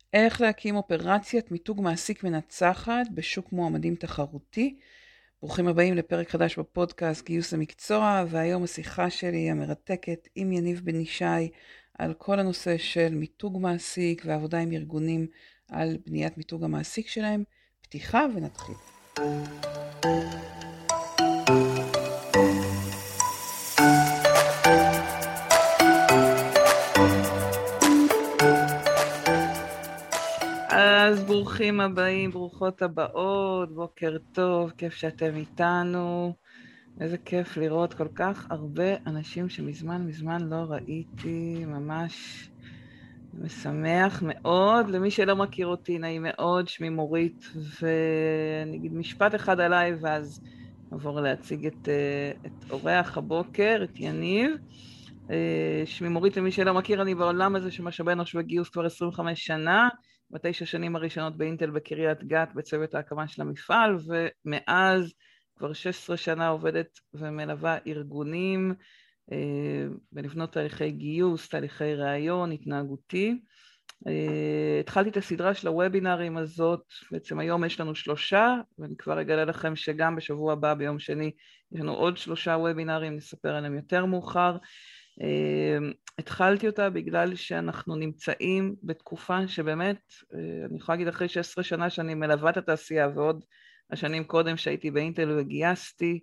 איך להקים אופרציית מיתוג מעסיק מנצחת בשוק מועמדים תחרותי. ברוכים הבאים לפרק חדש בפודקאסט גיוס המקצוע, והיום השיחה שלי המרתקת עם יניב בן ישי על כל הנושא של מיתוג מעסיק ועבודה עם ארגונים על בניית מיתוג המעסיק שלהם. פתיחה ונתחיל. אז ברוכים הבאים, ברוכות הבאות, בוקר טוב, כיף שאתם איתנו. איזה כיף לראות כל כך הרבה אנשים שמזמן לא ראיתי, ממש משמח מאוד. למי שלא מכיר אותי, נעים מאוד, שמי מורית, ואני אגיד משפט אחד עליי ואז נעבור להציג את אורח הבוקר, את יניב. שמי מורית, למי שלא מכיר, אני בעולם הזה של משאבי אנוש וגיוס כבר 25 שנה, ב9 שנים הראשונות באינטל בקריית גת בצוות ההקמה של המפעל, ומאז כבר 16 שנה עובדת ומלווה ארגונים בלבנות תהליכי גיוס, תהליכי ראיון, התנהגותי. התחלתי את הסדרה של הוובינרים הזאת, בעצם היום יש לנו 3, ואני כבר אגלה לכם שגם בשבוע הבא ביום שני יש לנו עוד 3 וובינרים, נספר עליהם יותר מאוחר. התחלתי אותה בגלל שאנחנו נמצאים בתקופה שבאמת, אני יכולה להגיד אחרי 16 שנה שאני מלווה את התעשייה, ועוד השנים קודם שהייתי באינטל וגייסתי,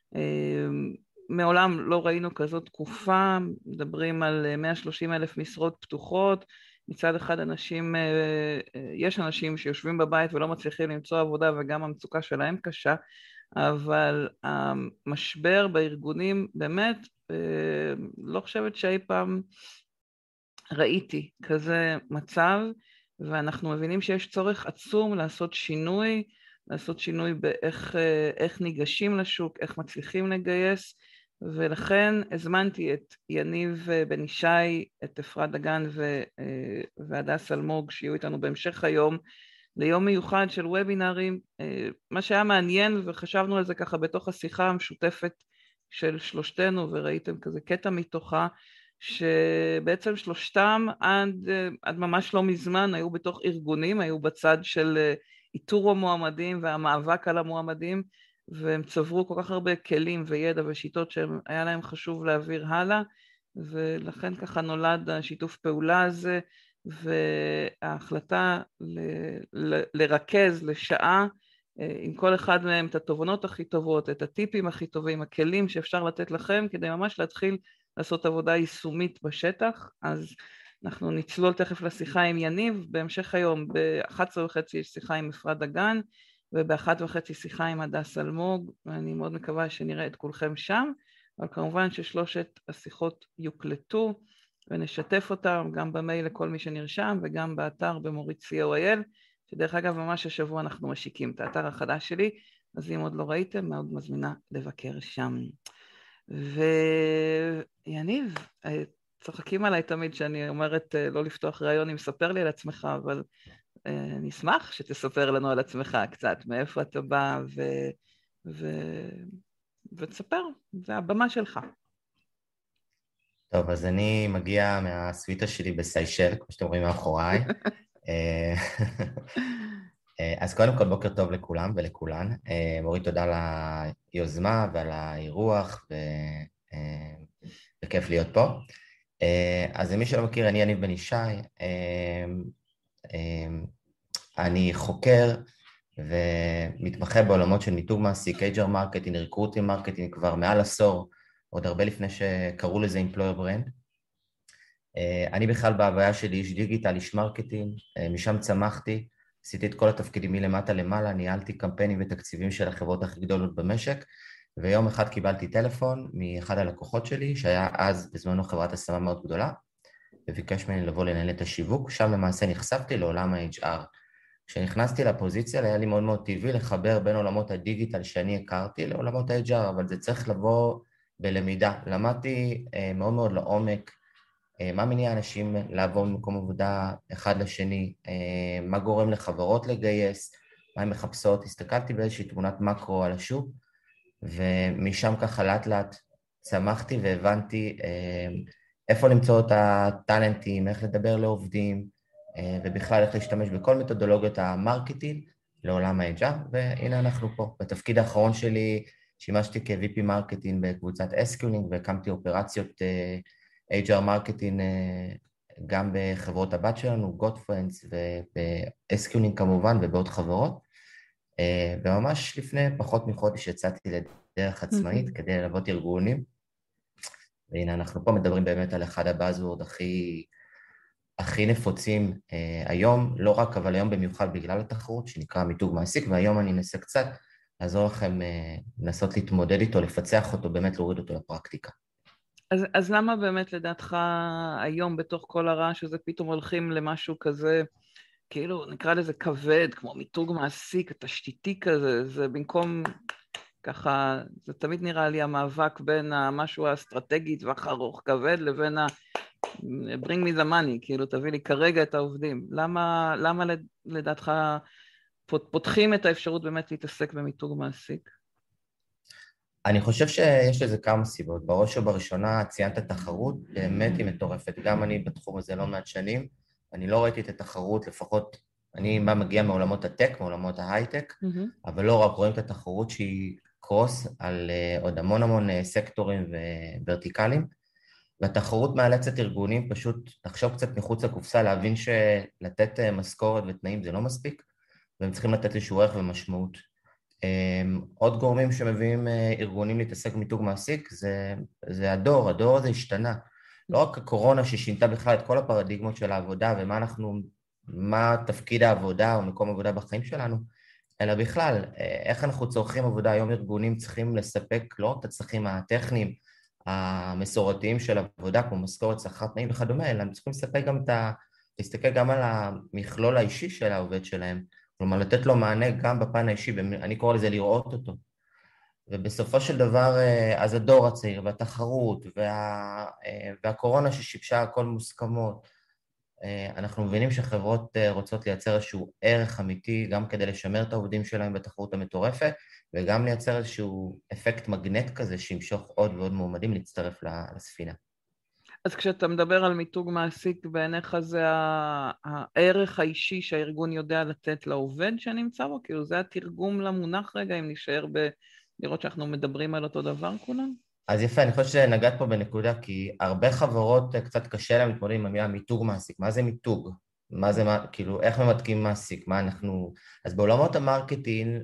מעולם לא ראינו כזאת תקופה. מדברים על 130,000 משרות פתוחות. מצד אחד יש אנשים שיושבים בבית ולא מצליחים למצוא עבודה, וגם המצוקה שלהם קשה, אבל המשבר בארגונים באמת, לא חושבת שאי פעם ראיתי כזה מצב, ואנחנו מבינים שיש צורך עצום לעשות שינוי באיך ניגשים לשוק, איך מצליחים לגייס, ולכן הזמנתי את יניב בן ישי, את אפרת דגן והדס אלמוג, שיהיו איתנו בהמשך היום, ליום מיוחד של וובינרים. מה שהיה מעניין, וחשבנו על זה ככה בתוך השיחה המשותפת של שלושתנו, וראיתם כזה קטע מתוכה, שבעצם שלושתם עד ממש לא מזמן היו בתוך ארגונים, היו בצד של איתור המועמדים והמאבק על המועמדים, והם צברו כל כך הרבה כלים וידע ושיטות שהיה להם חשוב להעביר הלאה, ולכן ככה נולד השיתוף פעולה הזה, וההחלטה לרכז לשעה עם כל אחד מהם את התובנות הכי טובות, את הטיפים הכי טובים, הכלים שאפשר לתת לכם כדי ממש להתחיל לעשות עבודה יישומית בשטח. אז אנחנו נצלול תכף לשיחה עם יניב. בהמשך היום ב-11:30 יש שיחה עם אפרת דגן, וב-13:30 שיחה עם הדס אלמוג, ואני מאוד מקווה שנראה את כולכם שם, אבל כמובן ששלושת השיחות יוקלטו ונשתף אותם גם במייל לכל מי שנרשם, וגם באתר במורית co.il, שדרך אגב ממש השבוע אנחנו משיקים את האתר החדש שלי, אז אם עוד לא ראיתם, מאוד מזמינה לבקר שם. ויניב, צוחקים עליי תמיד שאני אומרת לא לפתוח ראיון אם ספר לי על עצמך, אבל אני אשמח שתספר לנו על עצמך קצת, מאיפה אתה בא ו... ותספר, זה הבמה שלך. טוב, אז אני מגיע מהסוויטה שלי בסיישל, כמו שאתם רואים מאחוריי. אז קודם כל בוקר טוב לכולם ולכולן. מורית, תודה על היוזמה ועל האירוח, וכיף להיות פה. אז למי שלא מכיר, אני יניב בן ישי. אני חוקר ומתמחה בעולמות של מיתוג מעסיק, HR מרקטינג, ריקרוטינג מרקטינג, כבר מעל עשור, עוד הרבה לפני שקראו לזה Employer Brand. אני בכלל בהוויה שלי איש דיגיטל, איש מרקטינג, משם צמחתי, עשיתי את כל התפקידים מלמטה למעלה, ניהלתי קמפיינים ותקציבים של החברות הכי גדולות במשק, ויום אחד קיבלתי טלפון מאחד הלקוחות שלי, שהיה אז בזמנו חברת השמה מאוד גדולה, וביקש ממני לבוא לנהל את השיווק. שם למעשה נחשפתי לעולם ה-HR. כשנכנסתי לפוזיציה, היה לי מאוד מאוד טבעי לחבר בין עולמות הדיגיטל שאני הכרתי לעולמות ה-HR, אבל זה צריך לבוא בלמידה. למדתי מאוד מאוד לעומק מה מניע אנשים לעבור ממקום עבודה אחד לשני, מה גורם לחברות לגייס, מה הן מחפשות. הסתכלתי באיזושהי תמונת מקרו על השוק, ומשם ככה לאט לאט צמחתי והבנתי איפה למצוא את הטלנטים, איך לדבר לעובדים, ובכלל איך להשתמש בכל מתודולוגיות המרקטינג לעולם ה-HR, והנה אנחנו פה. בתפקיד האחרון שלי שימשתי כ-VP מרקטינג בקבוצת אסקיולינג, והקמתי אופרציות HR מרקטינג גם בחברות הבת שלנו, גוטפרנדס ובאסקיולינג כמובן, ובעוד חברות. וממש לפני פחות מחודש יצאתי לדרך עצמאית כדי ללוות ארגונים, והנה אנחנו פה מדברים באמת על אחד הבאזוורד הכי נפוצים היום, לא רק, אבל היום במיוחד בגלל התחרות, שנקרא מיתוג מעסיק, והיום אני אנסה קצת לעזור לכם לנסות להתמודד איתו, לפצח אותו, באמת להוריד אותו לפרקטיקה. אז למה באמת לדעתך היום בתוך כל הרעש הזה פתאום הולכים למשהו כזה, כאילו נקרא לזה כבד, כמו מיתוג מעסיק, תשתיתי כזה, זה במקום ככה, זה תמיד נראה לי המאבק בין המשהו האסטרטגי טווח ארוך כבד לבין bring me the money, כאילו תביא לי כרגע את העובדים. למה לדעתך פותחים את האפשרות באמת להתעסק במיתוג מעסיק? אני חושב שיש לזה כמה סיבות. בראש ובראשונה ציינת תחרות, באמת היא מטורפת. גם אני בתחום הזה לא מעט שנים, אני לא ראיתי את התחרות, לפחות אני מגיע מעולמות הטק, מעולמות ההייטק, אבל לא רק רואים את התחרות שהיא קרוס על עוד המון סקטורים וורטיקלים, והתחרות מאלצת ארגונים פשוט לחשוב קצת מחוץ לקופסה, להבין שלתת משכורת ותנאים זה לא מספיק, והם צריכים לתת איזשהו ערך ומשמעות. עוד גורמים שמביאים ארגונים להתעסק במיתוג מעסיק, זה הדור הזה השתנה. לא רק הקורונה ששינתה בכלל את כל הפרדיגמות של העבודה ומה תפקיד העבודה או מקום עבודה בחיים שלנו, אלא בכלל, איך אנחנו צורכים עבודה. היום ארגונים צריכים לספק לא רק את הצרכים הטכניים, המסורתיים של עבודה, כמו משכורת, שכר, תנאים וכדומה, אלא הם צריכים לספק גם להסתכל גם על המכלול האישי של העובד שלהם, כלומר לתת לו מענה גם בפן האישי, ואני קורא לזה לראות אותו. ובסופו של דבר, אז הדור הצעיר והתחרות והקורונה ששיבשה הכל מוסכמות, אנחנו מבינים שחברות רוצות לייצר איזשהו ערך אמיתי, גם כדי לשמר את העובדים שלהם בתחרות המטורפת, וגם לייצר איזשהו אפקט מגנט כזה שימשוך עוד ועוד מועמדים להצטרף לספינה. אז כשאתה מדבר על מיתוג מעסיק, בעיניך זה הערך האישי שהארגון יודע לתת לעובד שנמצא בו? כאילו זה התרגום למונח רגע, אם נשאר לראות שאנחנו מדברים על אותו דבר כולם? אז יפה, אני חושב שנגעת פה בנקודה, כי הרבה חברות קצת קשה להם להתמודד עם המילה מיתוג מעסיק. מה זה מיתוג? כאילו, איך ממתגים מעסיק? אז בעולמות המרקטינג,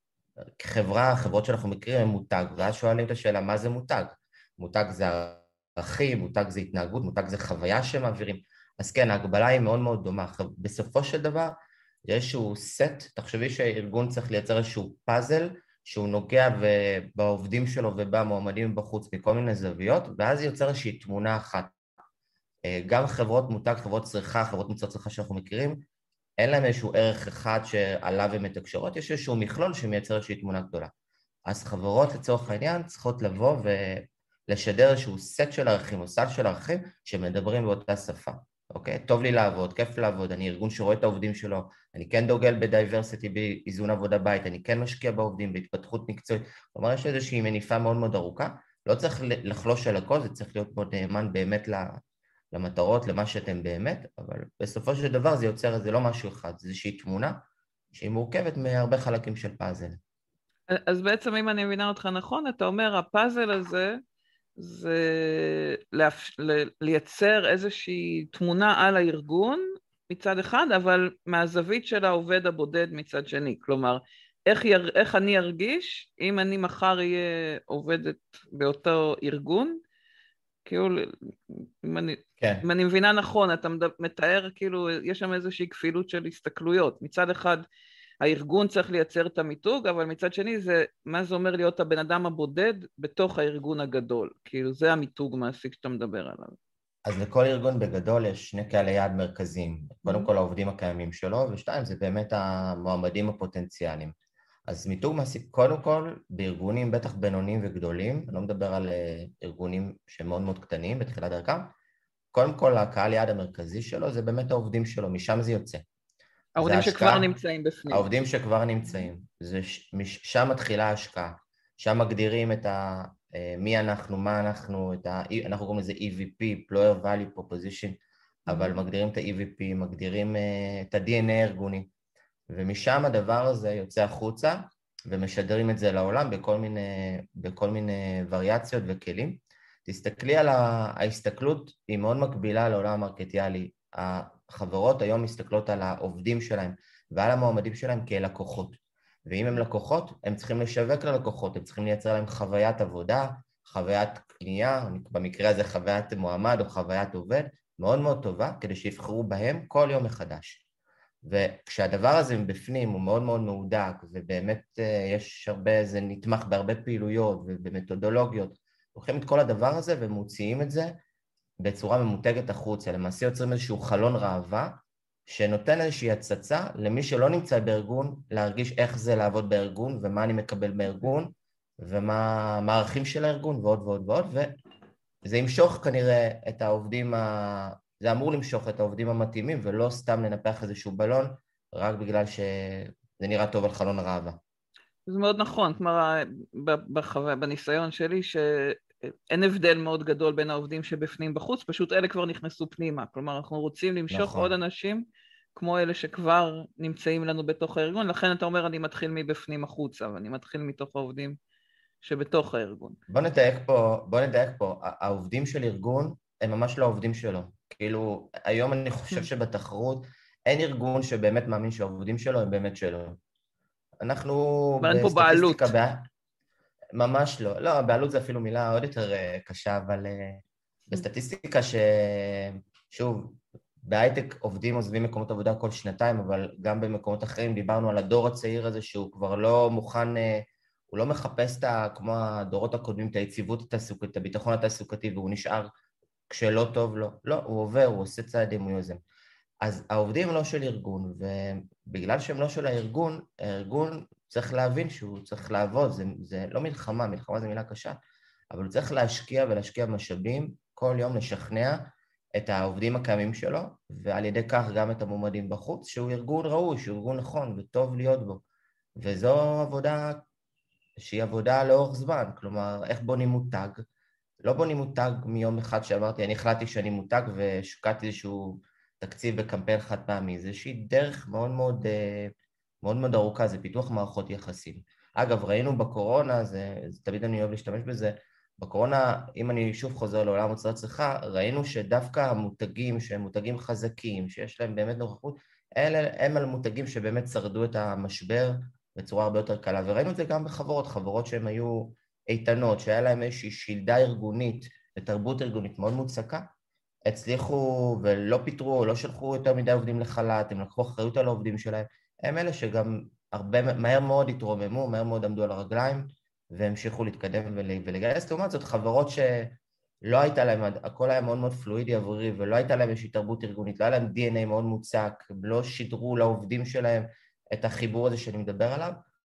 חברות שאנחנו מכירים הם מותג, ואז שואלים את השאלה, מה זה מותג? מותג זה ערכים, מותג זה התנהגות, מותג זה חוויה שמעבירים. אז כן, ההגבלה היא מאוד מאוד דומה. בסופו של דבר, יש איזשהו סט, תחשבי שארגון צריך לייצר איזשהו פאזל, שהוא נוגע בעובדים שלו ובמועמדים בחוץ מכל מיני זוויות, ואז יוצר איזושהי תמונה אחת. גם חברות מותג, חברות צריכה, חברות מוצר צריכה שאנחנו מכירים, אין להם איזשהו ערך אחד שעליו הן מתקשרות, יש איזשהו מכלול שמייצר איזושהי תמונה גדולה. אז חברות לצורך העניין צריכות לבוא ולשדר איזשהו סט של ערכים או סל של ערכים שמדברים באותה שפה. אוקיי? טוב לי לעבוד, כיף לעבוד, אני ארגון שרואה את העובדים שלו, אני כן דוגל בדייברסיטי, באיזון עבודה בית, אני כן משקיע בעובדים, בהתפתחות מקצועית. כלומר, יש איזושהי מניפה מאוד מאוד ארוכה, לא צריך לחלוש על הכל, זה צריך להיות מאוד נאמן באמת למטרות, למה שאתם באמת, אבל בסופו של דבר זה יוצר, זה לא משהו אחד, זה איזושהי תמונה שהיא מורכבת מהרבה חלקים של פאזל. אז בעצם אם אני מבינה אותך נכון, אתה אומר הפאזל הזה זה לייצר איזושהי תמונה על הארגון מצד אחד, אבל מהזווית של העובד הבודד מצד שני. כלומר, איך אני ארגיש אם אני מחר אהיה עובדת באותו ארגון, כאילו, אם אני מבינה נכון, אתה מתאר כאילו, יש שם איזושהי כפילות של הסתכלויות. מצד אחד, הארגון צריך לייצר את המיתוג, אבל מצד שני, מה זה אומר להיות הבן אדם הבודד בתוך הארגון הגדול? כאילו, זה המיתוג מעסיק שאתה מדבר עליו. אז לכל ארגון בגדול יש שני קהלי יעד מרכזיים. קודם כל העובדים הקיימים שלו, ושתיים, זה באמת המועמדים הפוטנציאליים. אז מיתוג מעסיק, קודם כל, בארגונים בטח בינוניים וגדולים, אני לא מדבר על ארגונים שהם מאוד מאוד קטנים בתחילת דרכם, קודם כל, הקהל יעד המרכזי שלו זה באמת העובדים שלו, משם זה יוצא. העובדים שכבר נמצאים בפנים. העובדים שכבר נמצאים, שם מתחילה ההשקעה, שם מגדירים את מי אנחנו, מה אנחנו, אנחנו קוראים לזה EVP, Employer Value Proposition, אבל מגדירים את ה-EVP, מגדירים את ה-DNA הארגוני, ומשם הדבר הזה יוצא החוצה, ומשדרים את זה לעולם בכל מיני וריאציות וכלים. תסתכלי על ההסתכלות, היא מאוד מקבילה לעולם המרקטיאלי. החברות היום מסתכלות על העובדים שלהם ועל המועמדים שלהם כלקוחות. ואם הם לקוחות, הם צריכים לשווק ללקוחות, הם צריכים לייצר להם חוויית עבודה, חוויית קנייה, במקרה הזה חוויית מועמד או חוויית עובד, מאוד מאוד טובה, כדי שיבחרו בהם כל יום מחדש. וכשהדבר הזה מבפנים הוא מאוד מאוד מהודק, ובאמת יש הרבה, זה נתמך בהרבה פעילויות ובמתודולוגיות, לוקחים את כל הדבר הזה ומוציאים את זה בצורה ממותגת החוצה, למעשה יוצרים איזשהו חלון ראווה, שנותן איזושהי הצצה למי שלא נמצא בארגון, להרגיש איך זה לעבוד בארגון, ומה אני מקבל בארגון, ומה הערכים של הארגון, ועוד ועוד ועוד, וזה ימשוך כנראה את העובדים, זה אמור למשוך את העובדים המתאימים, ולא סתם לנפח איזשהו בלון, רק בגלל שזה נראה טוב על חלון ראווה. זה מאוד נכון, כלומר, בניסיון שלי, שאין הבדל מאוד גדול בין העובדים שבפנים בחוץ, פשוט אלה כבר נכנסו פנימה, כלומר, אנחנו רוצים למשוך נכון. עוד אנשים, כמו אלה שכבר נמצאים לנו בתוך הארגון, לכן אתה אומר, אני מתחיל מבפנים החוצה, ואני מתחיל מתוך העובדים שבתוך הארגון. בוא נדייק פה, העובדים של ארגון הם ממש לא העובדים שלו, כאילו, היום אני חושב שבתחרות, אין ארגון שבאמת מאמין שהעובדים שלו הם באמת שלו. אנחנו אבל אין פה בעלות. ממש לא. לא, בעלות זה אפילו מילה עוד יותר קשה, אבל בסטטיסטיקה שוב, בהייטק עובדים עוזבים מקומות עבודה כל שנתיים, אבל גם במקומות אחרים דיברנו על הדור הצעיר הזה שהוא כבר לא מוכן, הוא לא מחפש כמו הדורות הקודמים את היציבות התעסוקתית, את הביטחון התעסוקתי, והוא נשאר כשלא טוב לו. לא, הוא עובר, הוא עושה צעדים, הוא יוזם. אז העובדים לא של ארגון, ובגלל שהם לא של הארגון, הארגון צריך להבין שהוא צריך לעבוד, זה לא מלחמה, מלחמה זה מילה קשה, אבל הוא צריך להשקיע ולהשקיע משאבים כל יום לשכנע את העובדים הקיימים שלו, ועל ידי כך גם את המועמדים בחוץ, שהוא ארגון ראוי, שהוא ארגון נכון וטוב להיות בו. וזו עבודה שהיא עבודה לאורך זמן, כלומר, איך בונים מותג? לא בונים מותג מיום אחד שאמרתי, אני החלטתי שאני מותג ושוקעתי איזשהו תקציב בקמפיין חד פעמי, זה איזושהי דרך מאוד מאוד, מאוד מאוד ארוכה, זה פיתוח מערכות יחסים. אגב, ראינו בקורונה, תמיד אני אוהב להשתמש בזה, בקורונה, אם אני שוב חוזר לעולם מוצרי צריכה, ראינו שדווקא המותגים שהם מותגים חזקים, שיש להם באמת נוכחות, הם על מותגים שבאמת שרדו את המשבר בצורה הרבה יותר קלה, וראינו את זה גם חברות שהן היו איתנות, שהיה להם איזושהי שלדה ארגונית ותרבות ארגונית מאוד מוצקה, הצליחו ולא פיטרו, לא שלחו יותר מדי עובדים לחל"ת, הם לקחו אחריות על העובדים שלהם, הם אלה שגם מהר מאוד התרוממו, מהר מאוד עמדו על הרגליים, והמשיכו להתקדם ולגייס. לעומת זאת, חברות שלא הייתה להם, הכל היה מאוד מאוד פלואידי עבורי, ולא הייתה להם איזושהי תרבות ארגונית, לא היה להם DNA מאוד מוצק, לא שידרו לעובדים שלהם את החיבור הזה שאני מדבר עליו,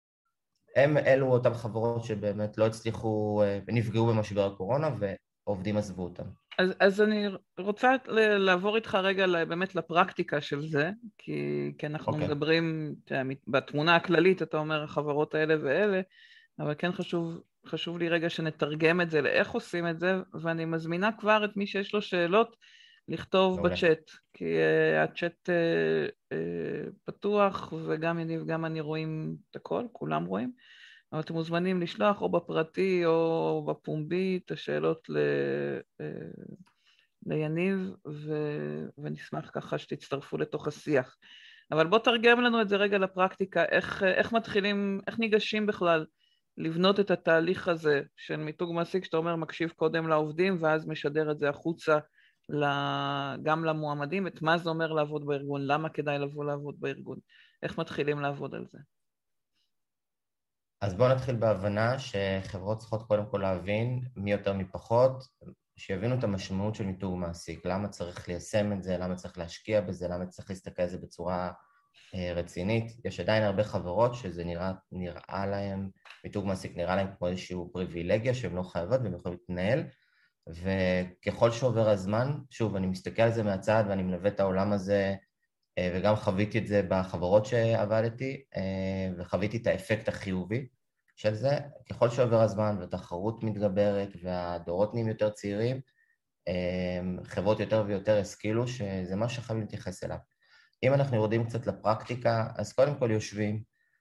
הם אלו אותם חברות שבאמת לא הצליחו, נפגעו במשבר הקורונה, ועובדים עזבו אותם. אז אני רוצה לעבור איתך רגע באמת לפרקטיקה של זה, כי אנחנו מדברים, בתמונה הכללית אתה אומר החברות האלה ואלה, אבל כן חשוב לי רגע שנתרגם את זה לאיך עושים את זה, ואני מזמינה כבר את מי שיש לו שאלות לכתוב בצ'אט, כי הצ'אט פתוח, וגם יניב, גם אני רואים את הכל, כולם רואים, אבל אתם מוזמנים לשלוח או בפרטי או בפומבי את השאלות ליניב, ונשמח ככה שתצטרפו לתוך השיח. אבל בוא תרגם לנו את זה רגע לפרקטיקה, איך מתחילים, איך ניגשים בכלל לבנות את התהליך הזה של מיתוג מעסיק, שאתה אומר מקשיב קודם לעובדים, ואז משדר את זה החוצה גם למועמדים, את מה זה אומר לעבוד בארגון, למה כדאי לבוא לעבוד בארגון, איך מתחילים לעבוד על זה. אז בואו נתחיל בהבנה שחברות צריכות קודם כל להבין מי יותר מפחות, שיבינו את המשמעות של מיתוג מעסיק, למה צריך ליישם את זה, למה צריך להשקיע בזה, למה צריך להסתכל על זה בצורה רצינית. יש עדיין הרבה חברות שזה נראה להם, מיתוג מעסיק נראה להם כמו איזושהי פריבילגיה שהן לא חייבות והם יכולים להתנהל, וככל שעובר הזמן, שוב, אני מסתכל על זה מהצד ואני מלווה את העולם הזה, וגם חוויתי את זה בחברות שעבדתי, וחוויתי את האפקט החיובי של זה. ככל שעובר הזמן והתחרות מתגברת והדורות נהיים יותר צעירים, חברות יותר ויותר השכילו שזה מה שחייבים להתייחס אליו. אם אנחנו יורדים קצת לפרקטיקה, אז קודם כל יושבים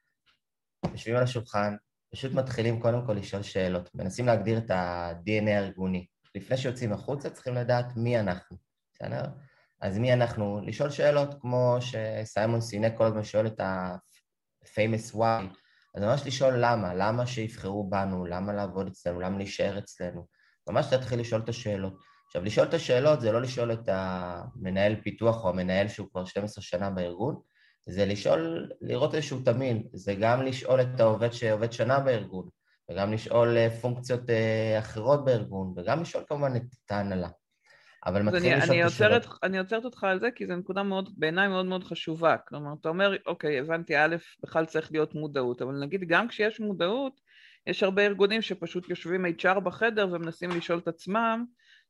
על השולחן, פשוט מתחילים קודם כל לשאול שאלות, מנסים להגדיר את ה-DNA הארגוני. לפני שיוצאים החוצה צריכים לדעת מי אנחנו, בסדר? אז מי אנחנו? לשאול שאלות כמו שסיימון סינק כל הזמן שואל את ה-famous why, אז ממש לשאול למה, למה שיבחרו בנו, למה לעבוד אצלנו, למה להישאר אצלנו, ממש להתחיל לשאול את השאלות. עכשיו, לשאול את השאלות זה לא לשאול את המנהל פיתוח או המנהל שהוא כבר 12 שנה בארגון, זה לשאול, לראות איזשהו תמיל, זה גם לשאול את העובד שעובד שנה בארגון, וגם לשאול פונקציות אחרות בארגון, וגם לשאול כמובן את ההנהלה. אבל מתחילים לשאול את השאלות. אני עוצרת אותך על זה, כי זו נקודה בעיניי מאוד מאוד חשובה. כלומר, אתה אומר, אוקיי, הבנתי, א', בכלל צריך להיות מודעות, אבל נגיד, גם כשיש מודעות, יש הרבה ארגונים שפשוט יושבים HR בחדר ומנסים לשאול את עצמם,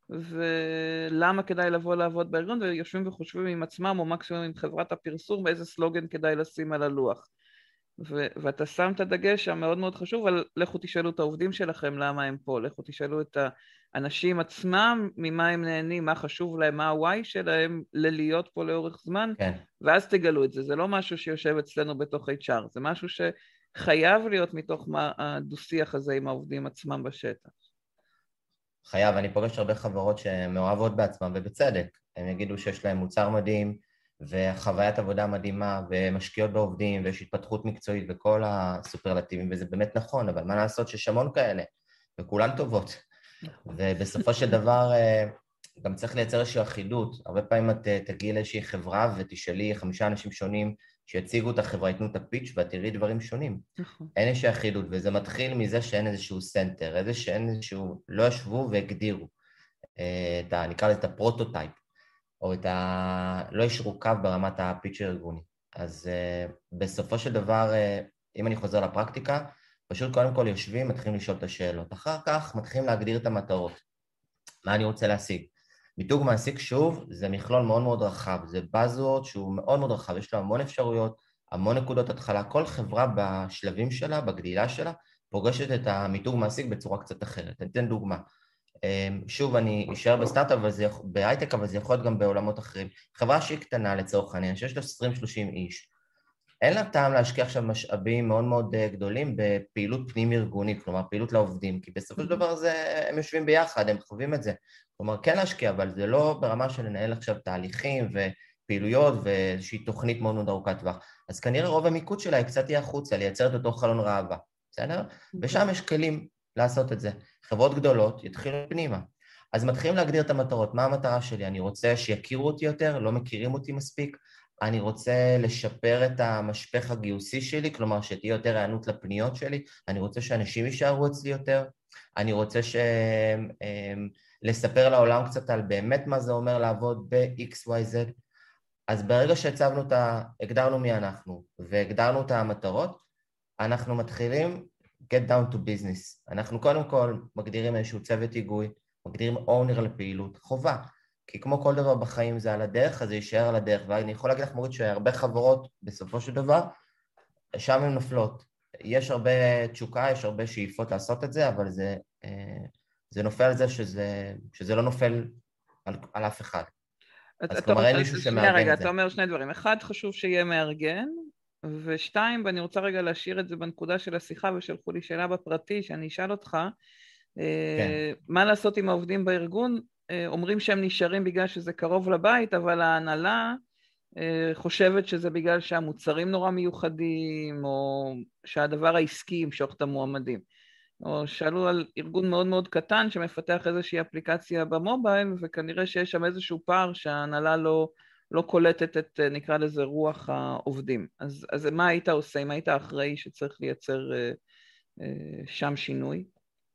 ולמה כדאי לבוא לעבוד בארגון, ויושבים וחושבים עם עצמם, או מקסימום עם חברת הפרסום, באיזה סלוגן כדאי לשים על הלוח. ואתה שם את הדגש המאוד מאוד חשוב, אבל לכו תשאלו את העובדים שלכם למה הם פה, לכו תשאלו את האנשים עצמם, ממה הם נהנים, מה חשוב להם, מה ה-why שלהם ללהיות פה לאורך זמן, כן. ואז תגלו את זה. זה לא משהו שיושב אצלנו בתוך HR, זה משהו שחייב להיות מתוך הדו-שיח הזה עם העובדים עצמם בשטח. חייב, אני פוגש הרבה חברות שמאוהבות בעצמם, ובצדק. הם יגידו שיש להם מוצר מדהים, וחוויית עבודה מדהימה, ומשקיעות בעובדים, ויש התפתחות מקצועית וכל הסופרלטיבים, וזה באמת נכון, אבל מה לעשות שיש המון כאלה, וכולן טובות. ובסופו של דבר, גם צריך לייצר איזושהי אחידות. הרבה פעמים את תגיעי לאיזושהי חברה, ותשאלי 5 אנשים שונים שיציגו את החברה, ייתנו את הפיץ' ואת תראי דברים שונים. אין איזושהי אחידות, וזה מתחיל מזה שאין איזשהו סנטר, לא ישבו והגדירו, נקרא לזה את הפרוטוטייפ, או לא ישרו קו ברמת הפיץ' הארגוני. אז בסופו של דבר, אם אני חוזר לפרקטיקה, פשוט קודם כל יושבים, מתחילים לשאול את השאלות. אחר כך מתחילים להגדיר את המטרות. מה אני רוצה להשיג? מיתוג מעסיק, שוב, זה מכלול מאוד מאוד רחב, זה בזוורד שהוא מאוד מאוד רחב, יש לו המון אפשרויות, המון נקודות התחלה, כל חברה בשלבים שלה, בגדילה שלה, פוגשת את המיתוג מעסיק בצורה קצת אחרת. אני אתן דוגמה. שוב, אני אשאר בסטארט-אפ, בהייטק, אבל זה יכול להיות גם בעולמות אחרים. חברה שהיא קטנה לצורך העניין, שיש לה 20-30 איש, אין לה טעם להשקיע עכשיו משאבים מאוד מאוד גדולים בפעילות פנים ארגונית, כלומר פעילות לעובדים, כי בסופו של דבר הם יושבים ביחד, הם חווים את זה. כלומר, כן להשקיע, אבל זה לא ברמה של לנהל עכשיו תהליכים ופעילויות ואיזושהי תוכנית מאוד מאוד ארוכת טווח. אז כנראה רוב המיקוד שלה היא קצת תהיה החוצה, לייצר את אותו חלון ראווה, בסדר? ושם יש כלים לעשות את זה. חברות גדולות יתחילו פנימה. אז מתחילים להגדיר את המטרות. מה המטרה שלי? אני רוצה שיכירו אותי יותר, לא מכירים אותי מספיק. אני רוצה לשפר את המשפך הגיוסי שלי, כלומר שתהיה יותר הענות לפניות שלי. אני רוצה שאנשים יישארו אצלי יותר. אני רוצה לספר לעולם קצת על באמת מה זה אומר לעבוד ב-XYZ. אז ברגע הגדרנו מי אנחנו והגדרנו את המטרות, אנחנו מתחילים get down to business. אנחנו קודם כל מגדירים איזשהו צוות היגוי, מגדירים אונר לפעילות, חובה. כי כמו כל דבר בחיים זה על הדרך, אז זה יישאר על הדרך. ואני יכול להגיד לך, מורית, שהרבה חברות בסופו של דבר, שם הן נופלות. יש הרבה תשוקה, יש הרבה שאיפות לעשות את זה, אבל זה נופל על זה שזה לא נופל על אף אחד. אז כלומר אין מישהו שמארגן את זה. אתה אומר שני דברים. אחד, חשוב שיהיה מארגן, ושתיים, ואני רוצה רגע להשאיר את זה בנקודה של השיחה, ושלחו לי שאלה בפרטי, שאני אשאל אותך, מה לעשות עם העובדים בארגון? אומרים שהם נשארים בגלל שזה קרוב לבית, אבל ההנהלה חושבת שזה בגלל שהמוצרים נורא מיוחדים, או שהדבר העסקי ימשוך את המועמדים. או שאלו על ארגון מאוד מאוד קטן שמפתח איזושהי אפליקציה במובייל, וכנראה שיש שם איזשהו פער שההנהלה לא קולטת את, נקרא לזה, רוח העובדים. אז מה היית עושה? אם היית אחראי שצריך לייצר שם שינוי?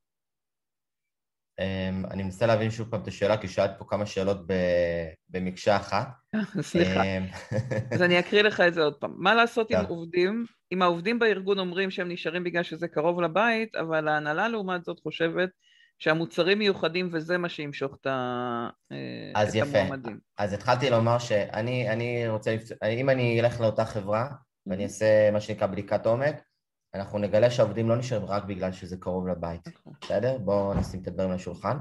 אני מנסה להבין שוב פעם את השאלה, כי שאלת פה כמה שאלות במקשה אחת. סליחה. אז אני אקריא לך את זה עוד פעם. מה לעשות עם עובדים? אם העובדים בארגון אומרים שהם נשארים בגלל שזה קרוב לבית, אבל ההנהלה לעומת זאת חושבת שהמוצרים מיוחדים וזה מה שימשוך את המועמדים. אז התחלתי לומר שאני רוצה, אם אני אלך לאותה חברה, ואני אעשה מה שנקרא בדיקת עומק, אנחנו נגלה שהעובדים לא נשארים רק בגלל שזה קרוב לבית, בסדר? בואו נשים את הדברים לשולחן.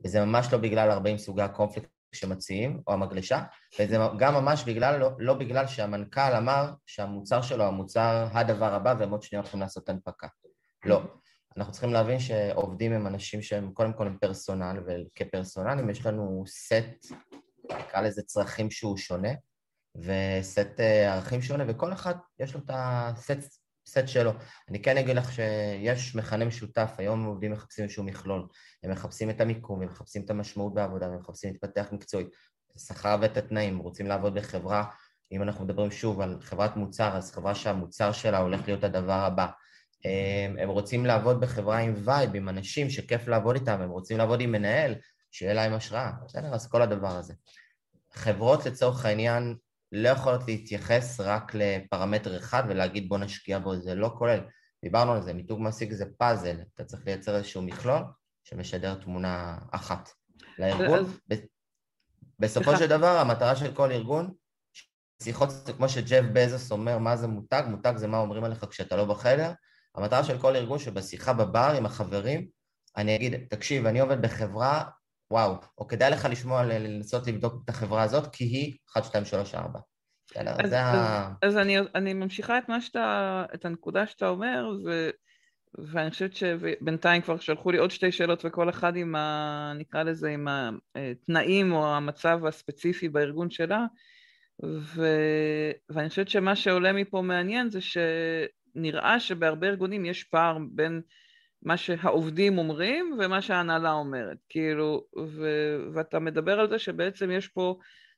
וזה ממש לא בגלל 40 סוגי הקונפליקט שמציעים, או המגלשה, וזה גם ממש בגלל, לא בגלל שהמנכ"ל אמר שהמוצר שלו, המוצר הדבר הבא, והם עוד שניה הולכים לעשות הנפקה. לא. אנחנו צריכים להבין שעובדים הם אנשים שהם קודם כל הם פרסונל, וכפרסונלים יש לנו סט, נקרא לזה צרכים שהוא שונה, וסט ערכים שונה, וכל אחד יש לו את הסט שלו. אני כן אגיד לך שיש מכנה משותף, היום עובדים מחפשים איזשהו מכלול, הם מחפשים את המיקום, הם מחפשים את המשמעות בעבודה, הם מחפשים להתפתח מקצועית, שכר ואת התנאים, רוצים לעבוד בחברה, אם אנחנו מדברים שוב על חברת מוצר, אז חברה שהמוצר שלה הולך להיות הדבר הבא. הם רוצים לעבוד בחברה עם וייב, עם אנשים שכיף לעבוד איתם, הם רוצים לעבוד עם מנהל, שיהיה להם השראה, בסדר? אז כל הדבר הזה. חברות לצורך העניין לא יכולות להתייחס רק לפרמטר אחד ולהגיד בוא נשקיע בו, זה לא כולל. דיברנו על זה, מיתוג מעסיק זה פאזל, אתה צריך לייצר איזשהו מכלול שמשדר תמונה אחת לארגון. בסופו של דבר, המטרה של כל ארגון, שיחות כמו שג'ף בזוס אומר מה זה מותג, מותג זה מה אומרים עליך כשאתה לא בחדר, המטרה של כל ארגון שבשיחה בבר עם החברים, אני אגיד, תקשיב, אני עובד בחברה, וואו, או כדאי לך לשמוע, לנסות לבדוק את החברה הזאת, כי היא 1, 2, 3, 4. אז אני ממשיכה את הנקודה שאתה אומר, ואני חושבת שבינתיים כבר שלחו לי עוד 2 שאלות, וכל אחד עם נקרא לזה, עם התנאים או המצב הספציפי בארגון שלה, ואני חושבת שמה שעולה מפה מעניין זה שנראה שבהרבה ארגונים יש פער בין מה שהעובדים אומרים ומה שההנהלה אומרת, כאילו, ואתה מדבר על זה שבעצם יש פה,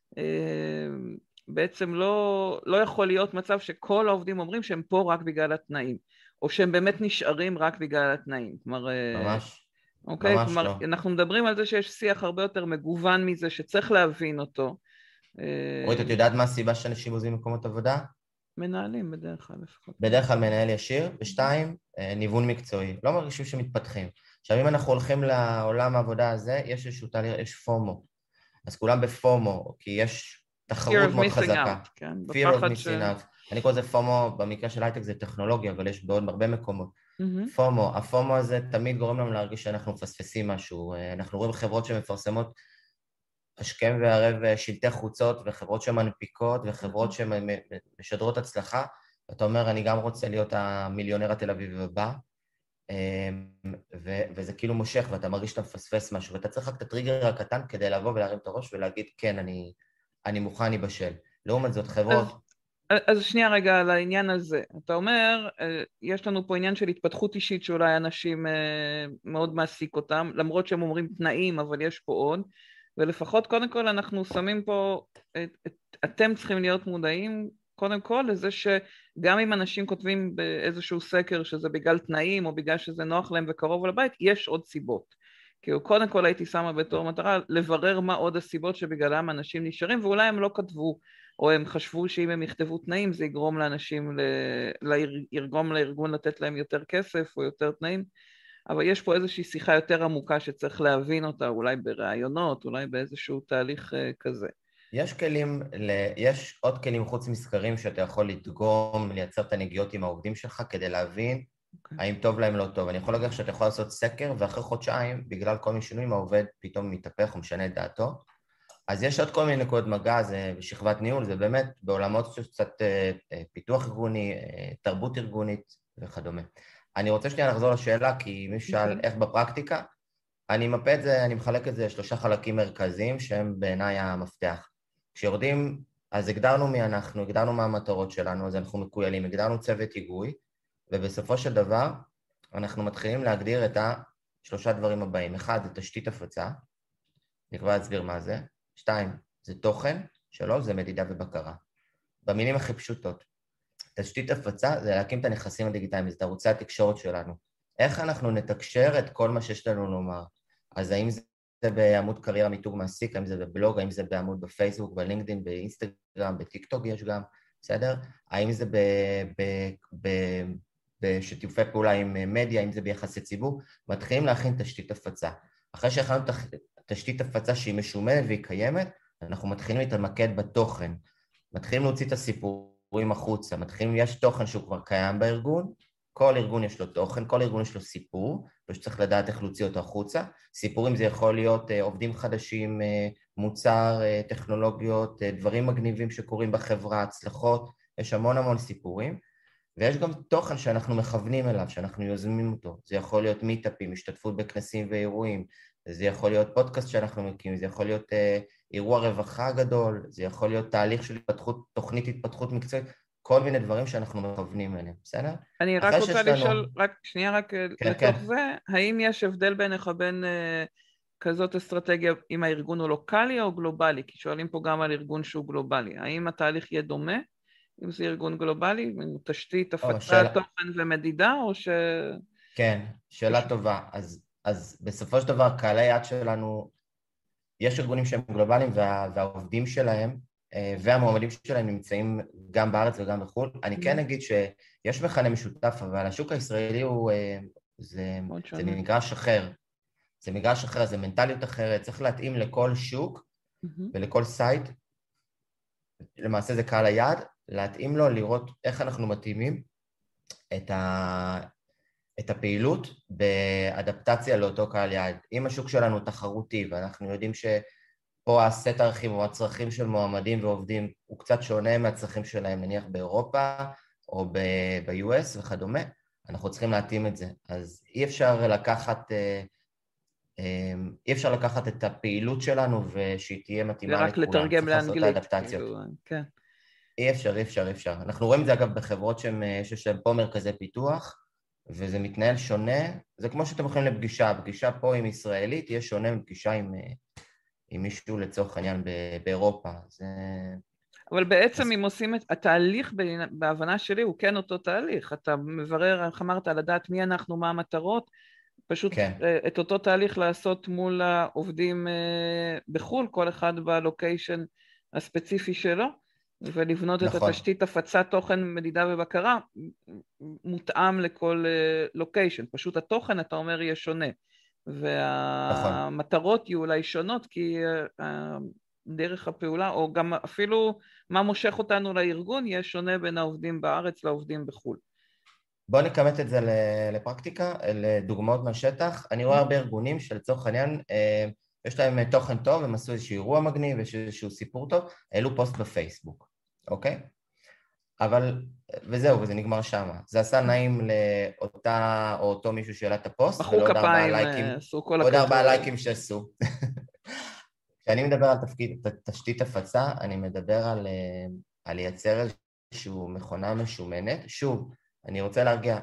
בעצם לא יכול להיות מצב שכל העובדים אומרים שהם פה רק בגלל התנאים, או שהם באמת נשארים רק בגלל התנאים, כלומר, ממש, אוקיי, ממש כלומר, לא. אנחנו מדברים על זה שיש שיח הרבה יותר מגוון מזה שצריך להבין אותו. אורית, את יודעת מה הסיבה שאנשים עוזבים מקומות עבודה? מנהלים בדרך כלל לפחות. בדרך כלל מנהל ישיר, ושתיים, ניוון מקצועי. לא מרגישים שמתפתחים. עכשיו, אם אנחנו הולכים לעולם העבודה הזה, יש איזשהו תהליך, יש פומו. אז כולם בפומו, כי יש תחרות מאוד חזקה. כן, Fear of missing out. אני קורא לזה פומו, במקרה של הייטק זה טכנולוגיה, אבל יש בעוד הרבה מקומות. פומו, הפומו הזה תמיד גורם לנו להרגיש שאנחנו מפספסים משהו. אנחנו רואים חברות שמפרסמות השכם והערב שלטי חוצות, וחברות שמנפיקות, וחברות שמשדרות הצלחה, ואתה אומר, אני גם רוצה להיות המיליונר התל אביב הבא, וזה כאילו מושך, ואתה מרגיש שאתה מפספס משהו, ואתה צריך רק את הטריגר הקטן כדי לבוא ולהרים את הראש ולהגיד, כן, אני מוכן, אני בשל. לעומת זאת, חברות... אז שנייה רגע על העניין הזה. אתה אומר, יש לנו פה עניין של התפתחות אישית שאולי אנשים מאוד מעסיק אותם, למרות שהם אומרים תנאים, אבל יש פה עוד, ולפחות קודם כל אנחנו שמים פה, אתם צריכים להיות מודעים קודם כל לזה שגם אם אנשים כותבים באיזשהו סקר שזה בגלל תנאים או בגלל שזה נוח להם וקרוב לבית, יש עוד סיבות. כי קודם כל הייתי שמה בתור מטרה לברר מה עוד הסיבות שבגללם אנשים נשארים, ואולי הם לא כתבו, או הם חשבו שאם הם יכתבו תנאים זה יגרום לאנשים, יגרום לארגון לתת להם יותר כסף או יותר תנאים, אבל יש פה איזושהי שיחה יותר עמוקה שצריך להבין אותה, אולי ברעיונות, אולי באיזשהו תהליך כזה. יש עוד כלים חוץ מסקרים שאתה יכול לדגום, לייצר את הנגיעות עם העובדים שלך כדי להבין האם טוב להם לא טוב. אני יכול להגיד שאתה יכול לעשות סקר, ואחרי חודשיים, בגלל כל מיני שינויים, העובד פתאום מתהפך, הוא משנה את דעתו. אז יש עוד כל מיני נקודות מגע, זה בשכבת ניהול, זה באמת בעולמות שקצת פיתוח ארגוני, תרבות ארגונית וכדומה. אני רוצה שנייה לחזור לשאלה, כי מי שאל איך בפרקטיקה, אני מפה את זה, אני מחלק את זה 3 חלקים מרכזיים, שהם בעיניי המפתח. כשיורדים, אז הגדרנו מי אנחנו, הגדרנו מה המטרות שלנו, אז אנחנו מקוילים, הגדרנו צוות היגוי, ובסופו של דבר, אנחנו מתחילים להגדיר את 3 דברים הבאים. 1, זה תשתית הפצה, אני כבר אסביר מה זה. 2, זה תוכן. 3, זה מדידה ובקרה. במילים הכי פשוטות. תשתית הפצה זה להקים את הנכסים הדיגיטליים, זה ערוצי התקשורת שלנו. איך אנחנו נתקשר את כל מה שיש לנו לומר? אז האם זה בעמוד קריירה מיתוג מעסיק, האם זה בבלוג, האם זה בעמוד בפייסבוק, בלינקדאין, באינסטגרם, בטיקטוק יש גם, בסדר? האם זה בשיתופי פעולה עם מדיה, האם זה ביחסי ציבור? מתחילים להכין תשתית הפצה. אחרי שהכנו תשתית הפצה שהיא משומנת והיא קיימת, אנחנו מתחילים להתמקד בתוכן. מתחילים להוציא את הסיפורים החוצה, יש תוכן שהוא כבר קיים בארגון, כל ארגון יש לו תוכן, כל ארגון יש לו סיפור, פשוט צריך לדעת איך להוציא אותו החוצה. סיפורים זה יכול להיות עובדים חדשים, מוצר, טכנולוגיות, דברים מגניבים שקורים בחברה, הצלחות, יש המון סיפורים, ויש גם תוכן שאנחנו מכוונים אליו, שאנחנו יוזמים אותו. זה יכול להיות מיטאפים, השתתפות בכנסים ואירועים, זה יכול להיות פודקאסט שאנחנו מקימים, זה יכול להיות אירוע רווחה גדול, זה יכול להיות תהליך של התפתחות, תוכנית התפתחות מקצועית, כל מיני דברים שאנחנו מכוונים אליהם, בסדר? אני רק רוצה לשאול, רק כן, לתוך כן. זה, האם יש הבדל ביניך בין כזאת אסטרטגיה אם הארגון הוא לוקאלי או גלובלי? כי שואלים פה גם על ארגון שהוא גלובלי. האם התהליך יהיה דומה אם זה ארגון גלובלי, תשתית, הפצה, תוכן ומדידה, או ש... כן, שאלה טובה. אז בסופו של דבר, קהלי היעד שלנו, יש ארגונים שהם גלובליים והעובדים שלהם והמועמדים שלהם נמצאים גם בארץ וגם בחו"ל. אני כן אגיד שיש מכנה משותף, אבל השוק הישראלי הוא, זה מגרש אחר. זה מגרש אחר, זה מנטליות אחרת, צריך להתאים לכל שוק ולכל סייט. למעשה זה קהל היעד, להתאים לו, לראות איך אנחנו מתאימים את הפעילות באדפטציה לאותו קהל יעד. אם השוק שלנו תחרותי, ואנחנו יודעים שפה הסט ערכים או הצרכים של מועמדים ועובדים הוא קצת שונה מהצרכים שלהם, נניח באירופה או ב-US וכדומה, אנחנו צריכים להתאים את זה. אז אי אפשר לקחת את הפעילות שלנו ושהיא תהיה מתאימה לכולם. ורק לתרגם לאנגלית. כן. אי אפשר. אנחנו רואים את זה אגב בחברות שיש להם פה מרכזי פיתוח, וזה מתנהל שונה, זה כמו שאתם הולכים לפגישה, פגישה פה עם ישראלית תהיה שונה מפגישה עם מישהו לצורך העניין באירופה. אבל בעצם אם עושים את התהליך בהבנה שלי הוא כן אותו תהליך, אתה מברר, איך אמרת, לדעת מי אנחנו, מה המטרות, פשוט את אותו תהליך לעשות מול העובדים בחו"ל, כל אחד בלוקיישן הספציפי שלו, ולבנות את התשתית הפצת תוכן, מדידה ובקרה, מותאם לכל לוקיישן. פשוט התוכן, אתה אומר, יהיה שונה. והמטרות יהיו אולי שונות, כי דרך הפעולה, או גם אפילו מה מושך אותנו לארגון, יהיה שונה בין העובדים בארץ לעובדים בחו"ל. בואו נכמת את זה לפרקטיקה, לדוגמאות מהשטח. אני רואה הרבה ארגונים שלצורך העניין, יש להם תוכן טוב, הם עשו איזשהו אירוע מגניב, יש איזשהו סיפור טוב, העלו פוסט בפייסבוק, אוקיי? אבל, וזהו, וזה נגמר שם. זה עשה נעים לאותה או אותו מישהו שהעלה את הפוסט, בחרו כפיים, עשו כל עוד 4 לייקים שעשו. כשאני מדבר על תשתית הפצה, אני מדבר על לייצר איזשהו מכונה משומנת. שוב, אני רוצה להרגיע,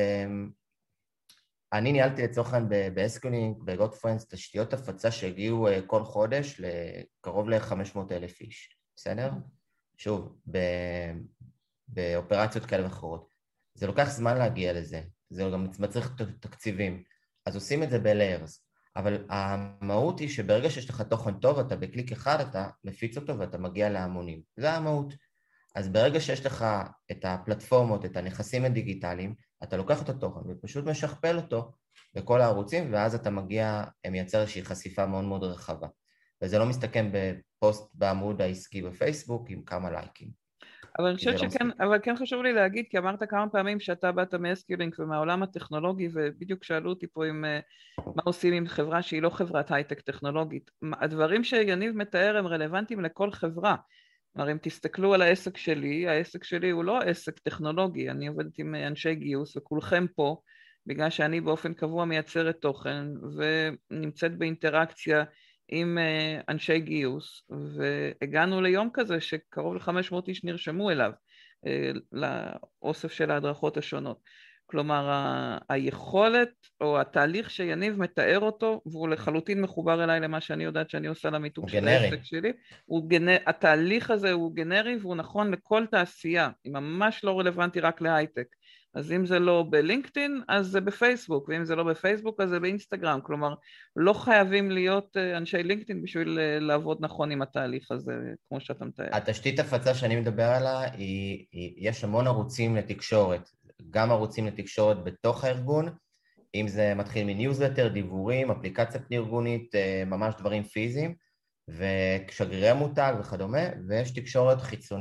אני ניהלתי לצורך העניין באסקולינג, בגוטפרנדס, תשתיות הפצה שהגיעו כל חודש לקרוב ל-500,000 איש, בסדר? שוב, באופרציות כאלה ואחרות. זה לוקח זמן להגיע לזה, זה גם מצריך תקציבים, אז עושים את זה ב-layers, אבל המהות היא שברגע שיש לך תוכן טוב, אתה בקליק אחד, אתה מפיץ אותו ואתה מגיע להמונים, זה המהות. אז ברגע שיש לך את הפלטפורמות, את הנכסים הדיגיטליים, אתה לוקח את התוכן ופשוט משכפל אותו בכל הערוצים, ואז אתה מייצר איזושהי חשיפה מאוד מאוד רחבה. וזה לא מסתכם בפוסט בעמוד העסקי בפייסבוק עם כמה לייקים. אבל אני חושבת שכן, אבל כן חשוב לי להגיד, כי אמרת כמה פעמים שאתה באת מאסקילינג ומהעולם הטכנולוגי, ובדיוק שאלו אותי פה מה עושים עם חברה שהיא לא חברת הייטק טכנולוגית. הדברים שיניב מתאר הם רלוונטיים לכל חברה. כלומר, אם תסתכלו על העסק שלי הוא לא עסק טכנולוגי, אני עובדת עם אנשי גיוס וכולכם פה, בגלל שאני באופן קבוע מייצרת תוכן ונמצאת באינטראקציה עם אנשי גיוס, והגענו ליום כזה שקרוב ל-500 איש נרשמו אליו, לאוסף של ההדרכות השונות. כלומר, היכולת או התהליך שיניב מתאר אותו, והוא לחלוטין מחובר אליי למה שאני יודעת שאני עושה למיתוג של העסק שלי, התהליך הזה הוא גנרי והוא נכון לכל תעשייה, היא ממש לא רלוונטי רק להייטק. אז אם זה לא בלינקדאין, אז זה בפייסבוק, ואם זה לא בפייסבוק, אז זה באינסטגרם. כלומר, לא חייבים להיות אנשי לינקדאין בשביל לעבוד נכון עם התהליך הזה, כמו שאתה מתאר. התשתית הפצה שאני מדבר עליה, יש המון ערוצים לתקשורת, גם ערוצים לתקשורת בתוך הארגון, אם זה מתחיל מניוזלטר, דיבורים, אפליקציה פני-ארגונית, ממש דברים פיזיים, ושגרירי מותג וכדומה, ויש תקשורת חיצונית.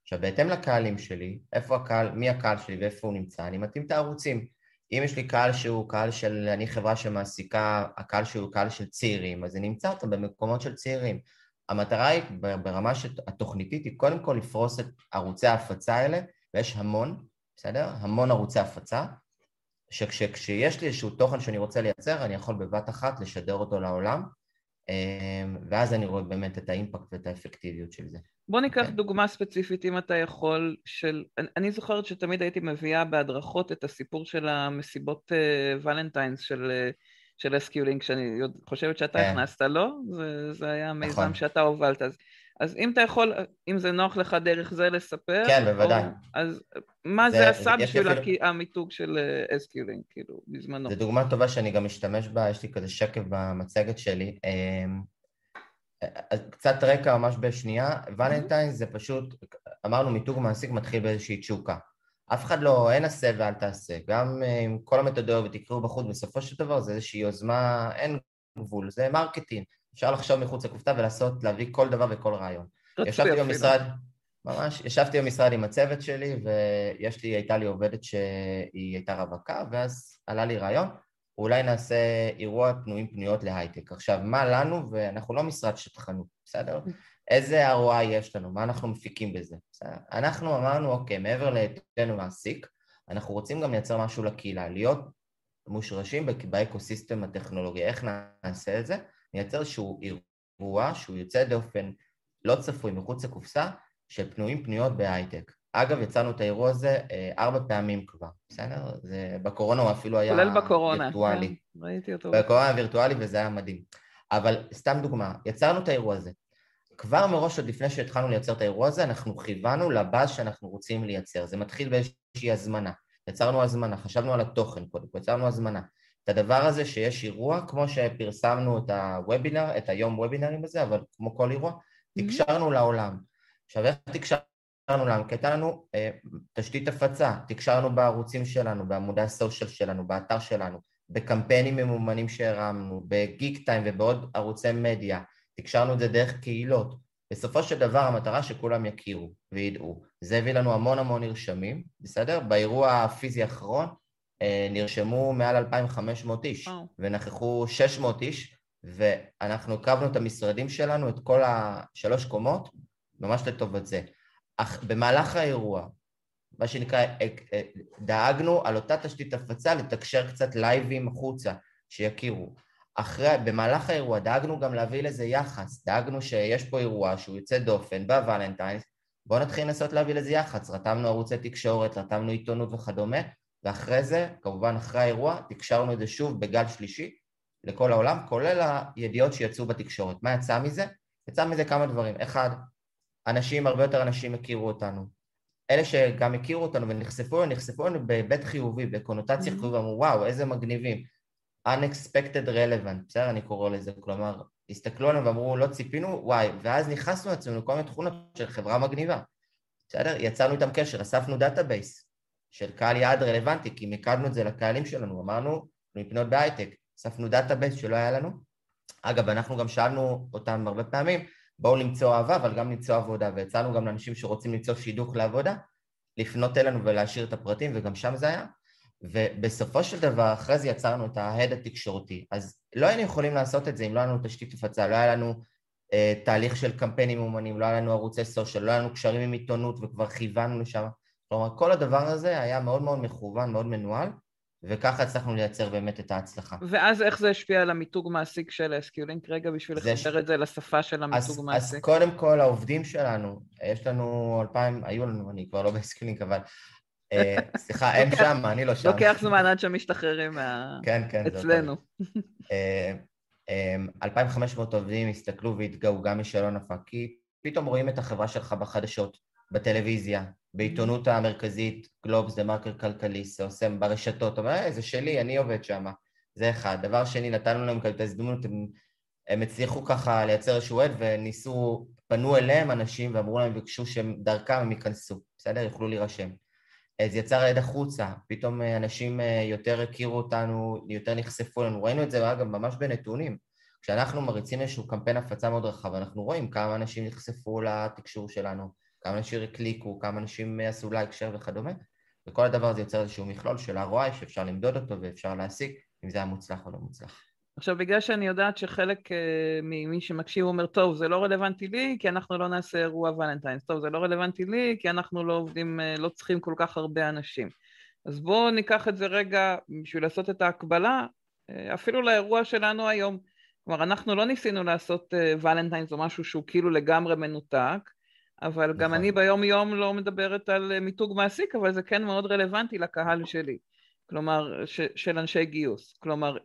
עכשיו, בהתאם לקהלים שלי, איפה הקהל, מי הקהל שלי ואיפה הוא נמצא, אני מתאים את הערוצים. אם יש לי קהל שהוא קהל של, אני חברה שמעסיקה, הקהל שהוא קהל של צעירים, אז אני נמצא אותם במקומות של צעירים. המטרה היא, ברמה התוכניתית, היא קודם כל לפרוס את ערוצי ההפצה האלה, ויש המון, בסדר? המון ערוצי הפצה, שכשיש לי איזשהו תוכן שאני רוצה לייצר, אני יכול בבת אחת לשדר אותו לעולם, ואז אני רואה באמת את האימפקט ואת האפקטיביות של זה. בוא ניקח Okay? דוגמה ספציפית, אם אתה יכול, אני זוכרת שתמיד הייתי מביאה בהדרכות את הסיפור של המסיבות ולנטיינס של SQ-Link, שאני חושבת שאתה הכנסת, לא? זה היה מיזם נכון. שאתה הובלת. אז אם אתה יכול, אם זה נוח לך דרך זה לספר, כן, בוודאי. אז מה זה עשה יש לי בשביל אפילו... המיתוג של SQ-Link, כאילו, בזמנו? זו דוגמה טובה שאני גם משתמש בה, יש לי כזה שקף במצגת שלי. קצת רקע ממש בשנייה, ולנטיינס זה פשוט, אמרנו מיתוג מעסיק מתחיל באיזושהי תשוקה. אף אחד לא, אין עשה ואל תעשה, גם עם כל המתודולוגיות ותקראו בחוץ, בסופו של דבר זה איזושהי יוזמה, אין גבול, זה מרקטינג, אפשר לחשוב מחוץ לקופסה ולעשות, להביא כל דבר וכל רעיון. ישבתי במשרד, ממש, ישבתי במשרד עם הצוות שלי, הייתה לי עובדת שהיא הייתה רווקה, ואז עלה לי רעיון, אולי נעשה אירוע פנויות להייטק. עכשיו, מה לנו, ואנחנו לא משרד שטחנות, בסדר? איזה ROI יש לנו, מה אנחנו מפיקים בזה? בסדר? אנחנו אמרנו, אוקיי, מעבר להיותנו מעסיק, אנחנו רוצים גם לייצר משהו לקהילה, להיות מושרשים באקוסיסטם הטכנולוגי. איך נעשה את זה? נייצר איזשהו אירוע שהוא יוצא דופן, לא צפוי, מחוץ לקופסה, של פנויות בהייטק. אגב, יצאנו את האירוע הזה 4 פעמים כבר, בסדר? בקורונה הוא אפילו היה כולל בקורונה, וירטואלי. כן, ראיתי אותו. בקורונה וירטואלי וזה היה מדהים. אבל סתם דוגמה, יצרנו את האירוע הזה. כבר מראש עוד לפני שהתחלנו לייצר את האירוע הזה, אנחנו כיוונו לבאז שאנחנו רוצים לייצר. זה מתחיל באיזושהי הזמנה. יצרנו הזמנה, חשבנו על התוכן קודם, יצרנו הזמנה. את הדבר הזה שיש אירוע, כמו שפרסמנו את הוובינר, את היום וובינרים הזה, אבל כמו כל אירוע, תקשרנו לעולם. עכשיו, איך תקשרנו לעולם? כי הייתה לנו תשתית הפצה, תקשרנו בערוצים שלנו, בעמודי הסושיאל שלנו, באתר שלנו, בקמפיינים ממומנים שהרמנו, בגיק טיים ובעוד ערוצי מדיה, תקשרנו את זה דרך קהילות. בסופו של דבר המטרה שכולם יכירו וידעו. זה הביא לנו המון נרשמים, בסדר? באירוע הפיזי האחרון נרשמו מעל 2,500 איש, ונכחו 600 איש, ואנחנו הקרבנו את המשרדים שלנו, את כל 3 קומות, ממש לטובת זה. אך במהלך האירוע, מה שנקרא, דאגנו על אותה תשתית הפצה לתקשר קצת לייבים החוצה, שיכירו. במהלך האירוע דאגנו גם להביא לזה יחס, דאגנו שיש פה אירוע שהוא יוצא דופן בוולנטיינס, בואו נתחיל לנסות להביא לזה יחס, רתמנו ערוצי תקשורת, רתמנו עיתונות וכדומה, ואחרי זה, כמובן אחרי האירוע, תקשרנו את זה שוב בגל שלישי לכל העולם, כולל הידיעות שיצאו בתקשורת. מה יצא מזה? יצא מזה כמה דברים. אחד, הרבה יותר אנשים הכירו אותנו. אלה שגם הכירו אותנו ונחשפו לנו בבית חיובי, בקונוטציה חיובי, אמרו, וואו, איזה מגניבים. unexpected relevant, בסדר? אני קורא לזה, כלומר, הסתכלו עלינו ואמרו, לא ציפינו, וואי, ואז נכנסנו לעצמנו כל מיני תכונות של חברה מגניבה, בסדר? יצרנו איתם קשר, אספנו דאטאבייס של קהל יעד רלוונטי, כי מיקדנו את זה לקהלים שלנו, אמרנו, מפנות בהייטק, אספנו דאטאבייס שלא היה לנו, אגב, אנחנו גם שאלנו אותם הרבה פעמים, בואו למצוא אהבה, אבל גם למצוא עבודה, ויצאנו גם לאנשים שרוצים למצוא שידוך לעבודה, לפנות אלינו ולהשאיר את הפרטים, וגם שם זה היה, ובסופו של דבר, אחרי זה יצרנו את ההד התקשורתי, אז לא היינו יכולים לעשות את זה אם לא היה לנו תשתית הפצה, לא היה לנו תהליך של קמפיינים אומנים, לא היה לנו ערוצי סושיאל, לא היה לנו קשרים עם עיתונות וכבר כיוונו לשם, כלומר כל הדבר הזה היה מאוד מכוון, מאוד מנוהל, וככה הצלחנו לייצר באמת את ההצלחה. ואז איך זה השפיע על המיתוג מעסיק של SQ-Link רגע בשביל לחבר את זה לשפה של המיתוג מעסיק? אז קודם כל העובדים שלנו, יש לנו 2,000, היו לנו, אני כבר לא ב-SQ-Link, אבל סליחה, הם שם, אני לא שם. לוקח זמן עד שמשתחררים אצלנו. 2,500 עובדים הסתכלו והתגאו גם משלון הפק, כי פתאום רואים את החברה שלך בחדשות, בטלוויזיה, בעיתונות המרכזית, גלובס, דה מרקר כלכליסט, עושה ברשתות, אומר, זה שלי, אני עובד שם. זה אחד. דבר שני, נתנו להם את ההזדמנות, הם הצליחו ככה לייצר איזשהו עד, פנו אליהם אנשים ואמרו להם, ביקשו שדרכם הם ייכנסו, בסדר? יוכלו להירשם. אז יצר עד החוצה, פתאום אנשים יותר הכירו אותנו, יותר נחשפו לנו, ראינו את זה אגב ממש בנתונים, כשאנחנו מריצים איזשהו קמפיין הפצה מאוד רחב, אנחנו רואים כמה אנשים נחשפו לתקשור שלנו, כמה אנשים הקליקו, כמה אנשים עשו לייק, שייר וכדומה, וכל הדבר הזה יוצר איזשהו מכלול של ROI שאפשר למדוד אותו ואפשר להסיק אם זה היה מוצלח או לא מוצלח. עכשיו, בגלל שאני יודעת שחלק ממי שמקשיב אומר, טוב, זה לא רלוונטי לי, כי אנחנו לא נעשה אירוע ולנטיינס, טוב, זה לא רלוונטי לי, כי אנחנו לא עובדים, לא צריכים כל כך הרבה אנשים. אז בואו ניקח את זה רגע, בשביל לעשות את ההקבלה, אפילו לאירוע שלנו היום. כלומר, אנחנו לא ניסינו לעשות ולנטיינס או משהו שהוא כאילו לגמרי מנותק, אבל גם אני ביום יום לא מדברת על מיתוג מעסיק, אבל זה כן מאוד רלוונטי לקהל שלי. כלומר, של אנשי גיוס. כלומר,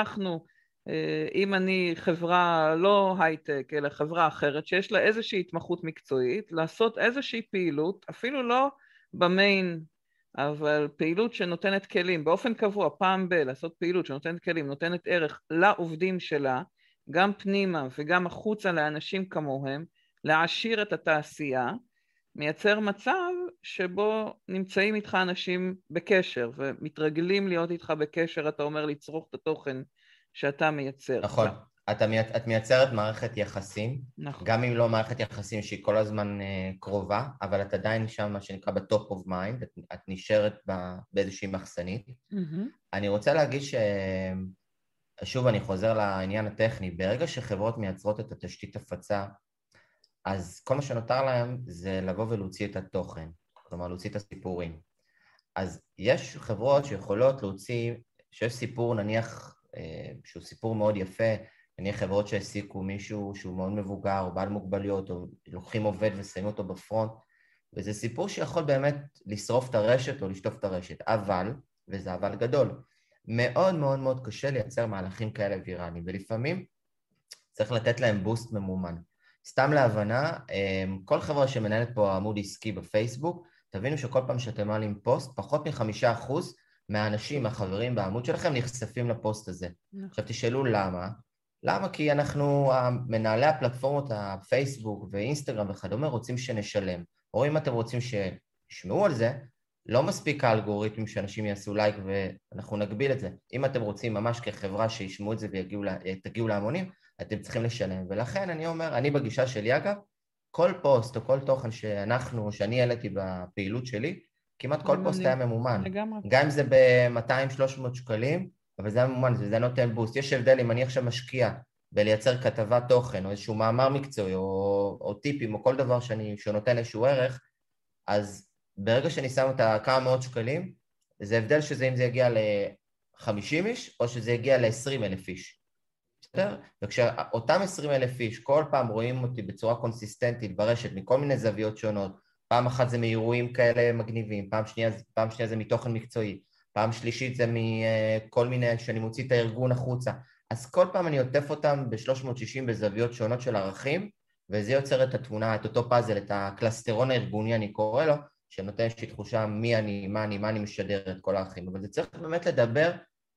אם אני חברה לא הייטק, אלא חברה אחרת, שיש לה איזושהי התמחות מקצועית, לעשות איזושהי פעילות, אפילו לא במיין, אבל פעילות שנותנת כלים, באופן קבוע, פעם לעשות פעילות שנותנת כלים, נותנת ערך לעובדים שלה, גם פנימה וגם החוצה לאנשים כמוהם, להעשיר את התעשייה, מייצר מצב שבו נמצאים איתך אנשים בקשר, ומתרגלים להיות איתך בקשר, אתה אומר לצרוך את התוכן שאתה מייצר. נכון, את מייצרת מערכת יחסים, נכון. גם אם לא מערכת יחסים שהיא כל הזמן קרובה, אבל את עדיין שם מה שנקרא בטופ אוף מיינד, את נשארת באיזושהי מחסנית. אני רוצה להגיד שוב אני חוזר לעניין הטכני, ברגע שחברות מייצרות את התשתית הפצה, אז כל מה שנותר להם זה לבוא ולהוציא את התוכן, כלומר להוציא את הסיפורים. אז יש חברות שיכולות להוציא, שיש סיפור נניח שהוא סיפור מאוד יפה, נניח חברות שהעסיקו מישהו שהוא מאוד מבוגר או בעל מוגבליות, או לוקחים עובד ושמים אותו בפרונט, וזה סיפור שיכול באמת לשרוף את הרשת או לשטוף את הרשת, אבל, וזה אבל גדול, מאוד מאוד מאוד קשה לייצר מהלכים כאלה ויראליים, ולפעמים צריך לתת להם בוסט ממומן. סתם להבנה, כל חברה שמנהלת פה עמוד עסקי בפייסבוק, תבינו שכל פעם שאתם מעלים פוסט, פחות מ5% מהאנשים, החברים בעמוד שלכם, נחשפים לפוסט הזה. עכשיו תשאלו למה? למה? כי אנחנו, מנהלי הפלטפורמות, הפייסבוק ואינסטגרם וכדומה, רוצים שנשלם. או אם אתם רוצים שישמעו על זה, לא מספיק האלגוריתמים שאנשים יעשו לייק ואנחנו נגביל את זה. אם אתם רוצים ממש כחברה שישמעו את זה ותגיעו להמונים, אתם צריכים לשלם. ולכן אני אומר, אני בגישה שלי אגב, כל פוסט או כל תוכן שאני העליתי בפעילות שלי, כמעט כל פוסט היה ממומן. גם אם זה ב-200-300 שקלים, אבל זה היה ממומן, זה נותן בוסט. יש הבדל אם אני עכשיו משקיע בלייצר כתבת תוכן, או איזשהו מאמר מקצועי, או טיפים, או כל דבר שנותן איזשהו ערך, אז ברגע שאני שם את כמה מאות שקלים, זה הבדל שזה אם זה יגיע ל-50 איש, או שזה יגיע ל-20,000 איש. וכשאותם 20,000 איש כל פעם רואים אותי בצורה קונסיסטנטית ברשת מכל מיני זוויות שונות, פעם אחת זה מאירועים כאלה מגניבים, פעם שנייה זה מתוכן מקצועי, פעם שלישית זה מכל מיני שאני מוציא את הארגון החוצה, אז כל פעם אני עוטף אותם ב-360 בזוויות שונות של ערכים, וזה יוצר את התמונה, את אותו פאזל, את הקלסטרון הארגוני אני קורא לו, שנותן איזושהי תחושה מי אני, מה אני משדר את כל הערכים, אבל זה צריך באמת לדבר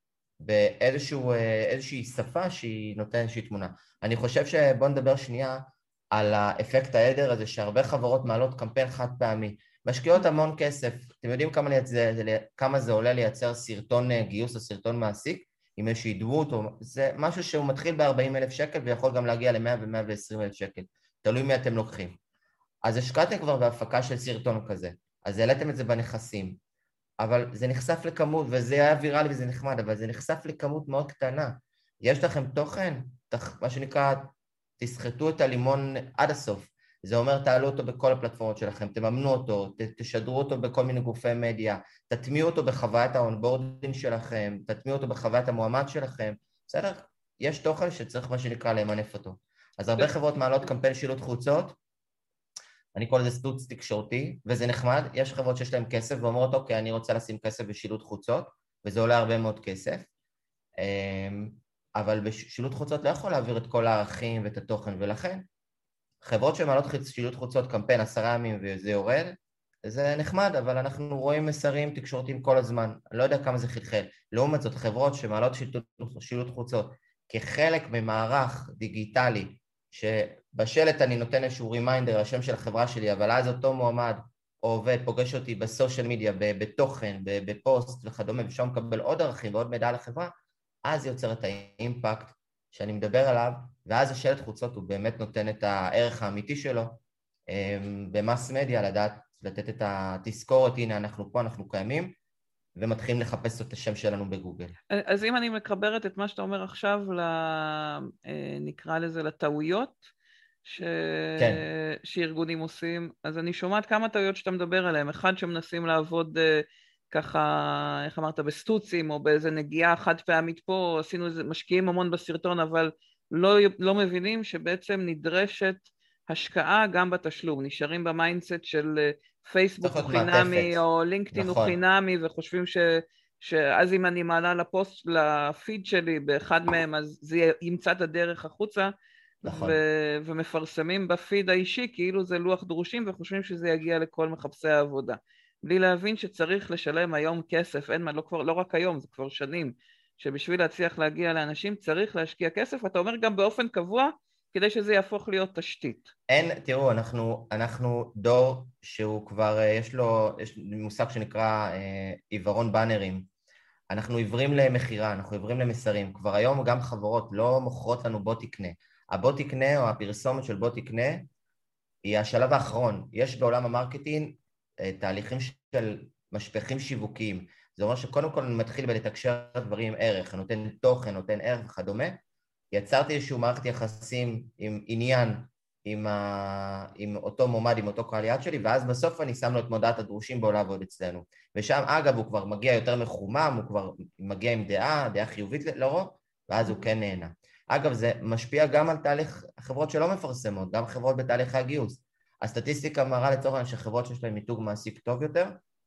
באיזושהי שפה שהיא נותנת איזושהי תמונה. אני חושב שבוא נדבר שנייה על האפקט העדר הזה, שהרבה חברות מעלות קמפיין חד פעמי, משקיעות המון כסף, אתם יודעים כמה זה עולה לייצר סרטון גיוס או סרטון מעסיק, עם איזושהי דמות, זה משהו שהוא מתחיל ב-40,000 שקל ויכול גם להגיע ל-100 ו-120,000 שקל, תלוי מי אתם לוקחים. אז השקעתם כבר בהפקה של סרטון כזה, אז העליתם את זה בנכסים, אבל זה נחשף לכמות, וזה היה ויראלי וזה נחמד, אבל זה נחשף לכמות מאוד קטנה. יש לכם תוכן, מה שנקרא, תסחטו את הלימון עד הסוף. זה אומר, תעלו אותו בכל הפלטפורמות שלכם, תממנו אותו, תשדרו אותו בכל מיני גופי מדיה, תטמיעו אותו בחוויית האונבורדינג שלכם, תטמיעו אותו בחוויית המועמד שלכם, בסדר? יש תוכן שצריך מה שנקרא למנף אותו. אז הרבה חברות מעלות קמפיין שילוט חוצות, אני קורא לזה סטוץ תקשורתי, וזה נחמד, יש חברות שיש להן כסף ואומרות, אוקיי, אני רוצה לשים כסף בשילוט חוצות, וזה עולה הרבה מאוד כסף, אבל בשילוט חוצות לא יכול להעביר את כל הערכים ואת התוכן, ולכן חברות שמעלות שילוט חוצות קמפיין 10 ימים וזה יורד, זה נחמד, אבל אנחנו רואים מסרים תקשורתיים כל הזמן, אני לא יודע כמה זה חלחל. לעומת זאת, חברות שמעלות שילוט חוצות כחלק ממערך דיגיטלי, שבשלט אני נותן איזשהו רימיינדר, השם של החברה שלי, אבל אז אותו מועמד או עובד פוגש אותי בסושיאל מדיה, בתוכן, בפוסט וכדומה, ושם מקבל עוד ערכים ועוד מידע לחברה, אז יוצר את האימפקט שאני מדבר עליו, ואז השלט חוצות הוא באמת נותן את הערך האמיתי שלו, במס מדיה לדעת לתת את התזכורת, הנה אנחנו פה, אנחנו קיימים, ומתחילים לחפש את השם שלנו בגוגל. אז אם אני מקברת את מה שאתה אומר עכשיו, נקרא לזה לטעויות כן. שארגונים עושים, אז אני שומעת כמה טעויות שאתה מדבר עליהן. אחד, שמנסים לעבוד ככה, איך אמרת, בסטוצים, או באיזה נגיעה חד פעמית פה, משקיעים המון בסרטון, אבל לא מבינים שבעצם נדרשת השקעה גם בתשלום. נשארים במיינדסט של פייסבוק הוא חינמי, או לינקדאין הוא חינמי, וחושבים שאז אם אני מעלה לפוסט, לפיד שלי באחד מהם, אז זה ימצא את הדרך החוצה, נכון. ומפרסמים בפיד האישי כאילו זה לוח דרושים, וחושבים שזה יגיע לכל מחפשי העבודה. בלי להבין שצריך לשלם היום כסף, אין מה, לא רק היום, זה כבר שנים, שבשביל להצליח להגיע לאנשים צריך להשקיע כסף, אתה אומר גם באופן קבוע, כדי שזה יהפוך להיות תשתית. תראו, אנחנו דור שהוא כבר, יש מושג שנקרא עיוורון באנרים. אנחנו עיוורים למחירה, אנחנו עיוורים למסרים. כבר היום גם חברות לא מוכרות לנו בוא תקנה. הבוא תקנה או הפרסומת של בוא תקנה היא השלב האחרון. יש בעולם המרקטינג תהליכים של משפחים שיווקיים. זה אומר שקודם כל אני מתחיל בלתקשר דברים עם ערך, נותן תוכן, נותן ערך וכדומה. יצרתי איזשהו מערכת יחסים עם עניין, עם אותו מועמד, עם אותו קהל יעד שלי, ואז בסוף אני שם לו את מודעת הדרושים בוא לעבוד אצלנו. ושם אגב הוא כבר מגיע יותר מחומם, הוא כבר מגיע עם דעה חיובית לרוב, ואז הוא כן נהנה. אגב זה משפיע גם על תהליך החברות שלא מפרסמות, גם חברות בתהליך הגיוס. הסטטיסטיקה מראה לצורך העניין שחברות שיש להן מיתוג מעסיק טוב יותר,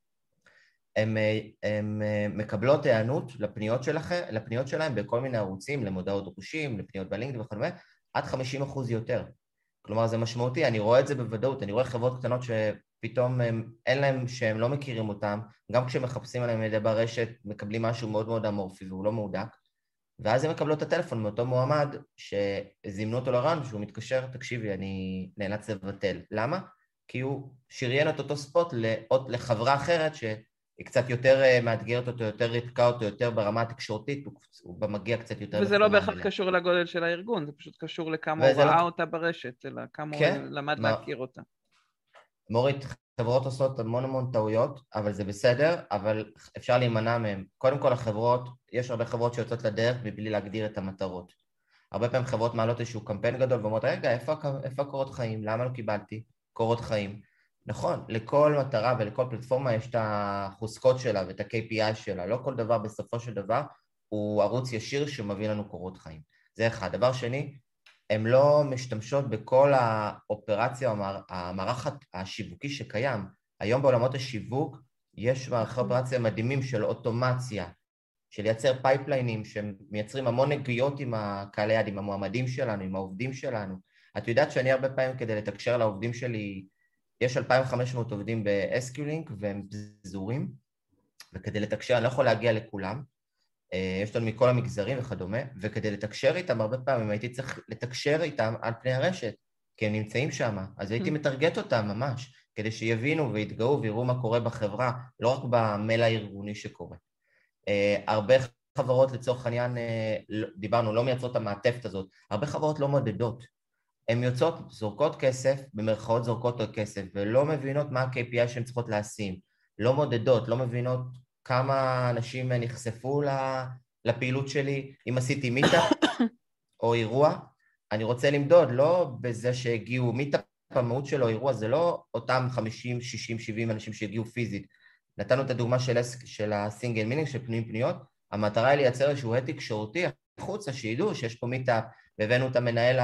הן מקבלות הענות לפניות שלהם בכל מיני ערוצים, למודעות דרושים, לפניות בלינקדאין וכדומה, עד 50% יותר. כלומר זה משמעותי, אני רואה את זה בוודאות, אני רואה חברות קטנות שפתאום אין להם, שהם לא מכירים אותם, גם כשמחפשים עליהם על ידי ברשת, מקבלים משהו מאוד מאוד אמורפי והוא לא מהודק, ואז הם מקבלות את הטלפון מאותו מועמד שזימנו אותו לרעיון, שהוא מתקשר, תקשיבי, אני נאלץ לבטל. למה? כי הוא שריין את אותו ספוט לחברה אחרת היא קצת יותר מאתגרת אותו, יותר ריתקה אותו, יותר ברמה התקשורתית, הוא מגיע קצת יותר וזה לא בהכרח קשור לגודל של הארגון, זה פשוט קשור לכמה הוא ראה אותה ברשת, אלא כמה הוא למד להכיר אותה. מורית, חברות עושות המון טעויות, אבל זה בסדר, אבל אפשר להימנע מהם. קודם כל יש הרבה חברות שיוצאות לדרך מבלי להגדיר את המטרות. הרבה פעמים חברות מעלות איזשהו קמפיין גדול ואומרות, רגע, איפה קורות חיים? למה לא קיבלתי קורות חיים? נכון, לכל מטרה ולכל פלטפורמה יש את החוזקות שלה ואת ה-KPI שלה. לא כל דבר בסופו של דבר הוא ערוץ ישיר שמביא לנו קורות חיים. זה אחד. דבר שני, הן לא משתמשות בכל האופרציה או המערך השיווקי שקיים. היום בעולמות השיווק יש מערכי אופרציה מדהימים של אוטומציה, של לייצר פייפליינים שמייצרים המון נגיעות עם הקהל היעד, עם המועמדים שלנו, עם העובדים שלנו. את יודעת שאני הרבה פעמים כדי לתקשר לעובדים שלי, יש 2,500 עובדים ב-SQLink והם פזורים, וכדי לתקשר אני לא יכול להגיע לכולם, יש לנו מכל המגזרים וכדומה, וכדי לתקשר איתם הרבה פעמים הייתי צריך לתקשר איתם על פני הרשת, כי הם נמצאים שם, אז הייתי מטרגט אותם ממש, כדי שיבינו ויתגאו ויראו מה קורה בחברה, לא רק במייל הארגוני שקורה. הרבה חברות לצורך העניין, דיברנו, לא מייצרות את המעטפת הזאת, הרבה חברות לא מודדות, הן יוצאות, זורקות כסף, במרכאות זורקות עוד כסף, ולא מבינות מה ה-KPI שהן צריכות לשים, לא מודדות, לא מבינות כמה אנשים נחשפו לפעילות שלי, אם עשיתי מיטאפ או אירוע, אני רוצה למדוד, לא בזה שהגיעו מיטאפ, המהות שלו, אירוע, זה לא אותם 50, 60, 70 אנשים שהגיעו פיזית. נתנו את הדוגמה של הסינגל מינינג, של פניות, המטרה היא לייצר איזשהו הד תקשורתי החוצה, שידעו שיש פה מיטאפ, והבאנו את המנהל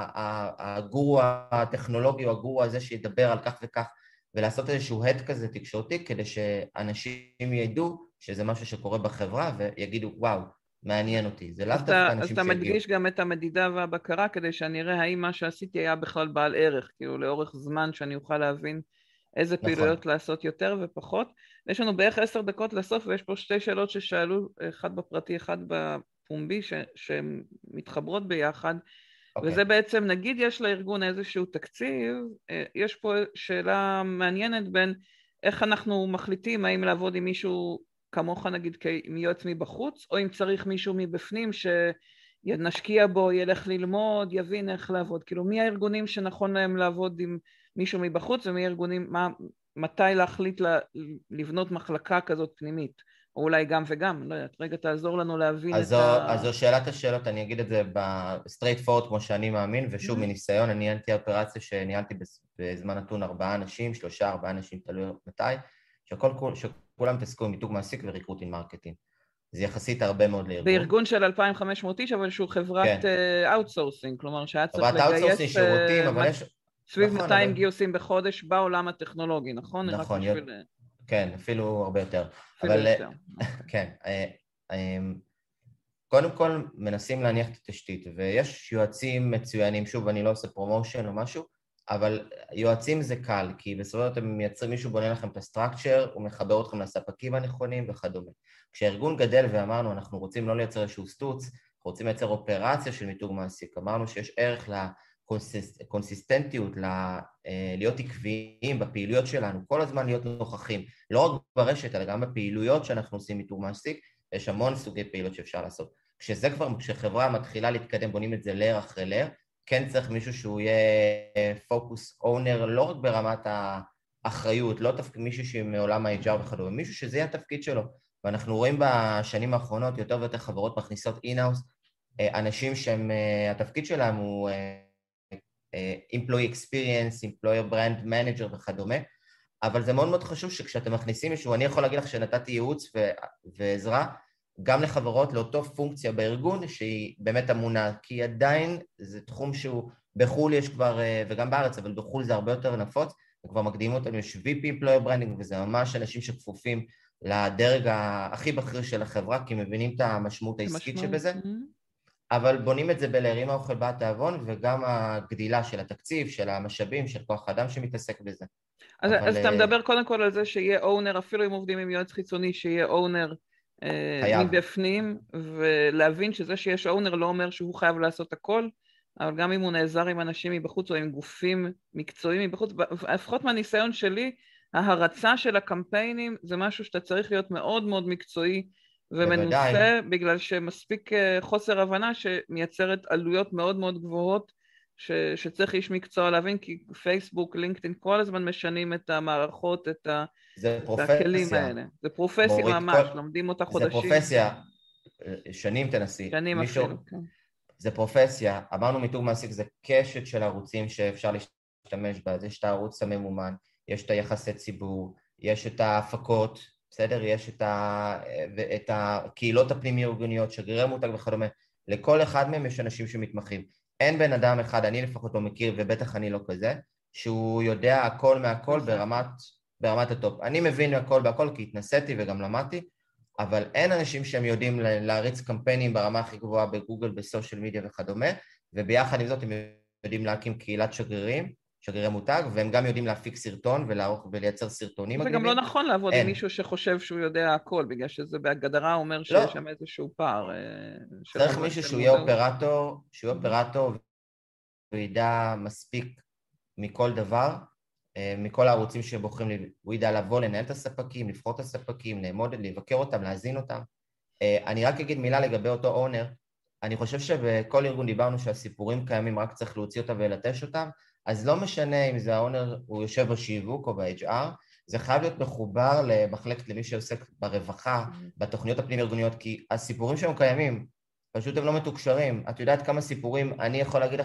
הגורו הטכנולוגי, או הגורו הזה שידבר על כך וכך, ולעשות איזשהו הד כזה תקשורתי, כדי שאנשים ידעו שזה משהו שקורה בחברה, ויגידו, וואו, מעניין אותי. זה לאו דווקא אנשים שיגיעו. אז אתה מדגיש גם את המדידה והבקרה, כדי שאני אראה האם מה שעשיתי היה בכלל בעל ערך, כאילו לאורך זמן שאני אוכל להבין איזה פעילויות לעשות יותר ופחות. יש לנו בערך 10 דקות לסוף, ויש פה 2 שאלות ששאלו, אחד בפרטי, אחד בפומבי, שמתחברות ביחד, וזה בעצם, נגיד יש לארגון איזשהו תקציב, יש פה שאלה מעניינת בין איך אנחנו מחליטים האם לעבוד עם מישהו כמוך נגיד עם יועץ מבחוץ, או אם צריך מישהו מבפנים שנשקיע בו, ילך ללמוד, יבין איך לעבוד, כאילו מי הארגונים שנכון להם לעבוד עם מישהו מבחוץ ומארגונים, מתי להחליט לבנות מחלקה כזאת פנימית, או אולי גם וגם, לא יודעת, רגע תעזור לנו להבין את אז זו שאלת השאלות, אני אגיד את זה בסטרייט פורט כמו שאני מאמין, ושוב מניסיון, אני ניהלתי אופרציה שניהלתי בזמן נתון 4 אנשים, 3-4 אנשים, תלוי מתי, שכולם תעסקו עם מיתוג מעסיק וריקרוטינג מרקטינג. זה יחסית הרבה מאוד לארגון. בארגון של 2,500 איש, אבל שהוא חברת אאוטסורסינג, כלומר שהיה צריך לגייס שירותים, אבל יש... סביב 200 גיוסים בחודש בעולם הטכנולוגי, נכון? נכון, כן, אפילו הרבה יותר. אבל כן, קודם כל מנסים להניח את התשתית, ויש יועצים מצוינים, שוב אני לא עושה פרומושן או משהו, אבל יועצים זה קל, כי בסופו של דבר מייצרים מישהו בונה לכם את הסטרקצ'ר, הוא מחבר אתכם לספקים הנכונים וכדומה. כשהארגון גדל ואמרנו, אנחנו רוצים לא לייצר איזשהו סטוץ, אנחנו רוצים לייצר אופרציה של מיתוג מעסיק, אמרנו שיש ערך לקונסיסטנטיות, להיות עקביים בפעילויות שלנו, כל הזמן להיות נוכחים, לא רק ברשת, אלא גם בפעילויות שאנחנו עושים מיתוג מעסיק, יש המון סוגי פעילות שאפשר לעשות. כשחברה מתחילה להתקדם, בונים את זה לר אחרי לר, כן צריך מישהו שהוא יהיה פוקוס אונר, לא רק ברמת האחריות, לא מישהו שמעולם ה-HR וכדומה, מישהו שזה יהיה התפקיד שלו. ואנחנו רואים בשנים האחרונות יותר ויותר חברות מכניסות אין-האוס, אנשים שהתפקיד שלהם הוא employee experience, employer brand manager וכדומה, אבל זה מאוד מאוד חשוב שכשאתם מכניסים מישהו, אני יכול להגיד לך שנתתי ייעוץ ועזרה, גם לחברות לאותו פונקציה בארגון שהיא באמת אמונה, כי עדיין זה תחום שהוא בחול יש כבר, וגם בארץ, אבל בחול זה הרבה יותר נפוץ, וכבר מקדימים אותנו, יש VP Employer Branding, וזה ממש אנשים שכפופים לדרג הכי בכיר של החברה, כי מבינים את המשמעות העסקית שבזה, אבל בונים את זה בלהרים האוכל בא התיאבון, וגם הגדילה של התקציב, של המשאבים, של כוח האדם שמתעסק בזה. אז אתה מדבר קודם כל על זה שיהיה אונר, אפילו אם עובדים עם יועץ חיצוני, שיהיה אונר מבפנים, ולהבין שזה שיש אונר לא אומר שהוא חייב לעשות הכל, אבל גם אם הוא נעזר עם אנשים מבחוץ או עם גופים מקצועיים מבחוץ, לפחות מהניסיון שלי, ההרצה של הקמפיינים זה משהו שאתה צריך להיות מאוד מאוד מקצועי ומנוסה, בגלל שמספיק חוסר הבנה שמייצרת עלויות מאוד מאוד גבוהות, שצריך איש מקצוע להבין, כי פייסבוק, לינקדאין, כל הזמן משנים את המערכות, את הכלים האלה. זה פרופסיה ממש, לומדים אותה חודשים. זה פרופסיה, שנים תנסי. שנים אפילו, כן. זה פרופסיה, אמרנו מיתוג מעסיק, זה קשת של ערוצים שאפשר להשתמש בה, יש את הערוץ הממומן, יש את היחסי ציבור, יש את ההפקות, בסדר? יש את הקהילות הפנימי-ארגוניות, שגרירי מותג וכדומה, לכל אחד מהם יש אנשים שמתמחים. אין בן אדם אחד, אני לפחות לא מכיר, ובטח אני לא כזה, שהוא יודע הכל מהכל ברמת הטופ. אני מבין הכל בהכל, כי התנסיתי וגם למדתי, אבל אין אנשים שהם יודעים להריץ קמפיינים ברמה הכי גבוהה בגוגל, בסושיאל מדיה וכדומה, וביחד עם זאת הם יודעים להקים קהילת שגרירי מותג, והם גם יודעים להפיק סרטון ולייצר סרטונים. זה גם לא נכון לעבוד עם מישהו שחושב שהוא יודע הכל, בגלל שזה בהגדרה אומר שיש שם איזשהו פער. צריך מישהו שהוא יהיה אופרטור, וידע מספיק מכל דבר, מכל הערוצים שבוחרים, הוא ידע לבוא, לנהל את הספקים, לבחור את הספקים, לאמוד, לבקר אותם, להזין אותם. אני רק אגיד מילה לגבי אותו אונר, אני חושב שבכל ארגון דיברנו שהסיפורים קיימים, רק צריך להוציא אותם ולטש אותם, אז לא משנה אם זה האונר, הוא יושב בשיווק או ב-HR, זה חייב להיות מחובר למחלקת למי שעוסק ברווחה, בתוכניות הפנים-ארגוניות, כי הסיפורים שהם קיימים, פשוט הם לא מתוקשרים. את יודעת כמה סיפורים, אני יכול להגיד לך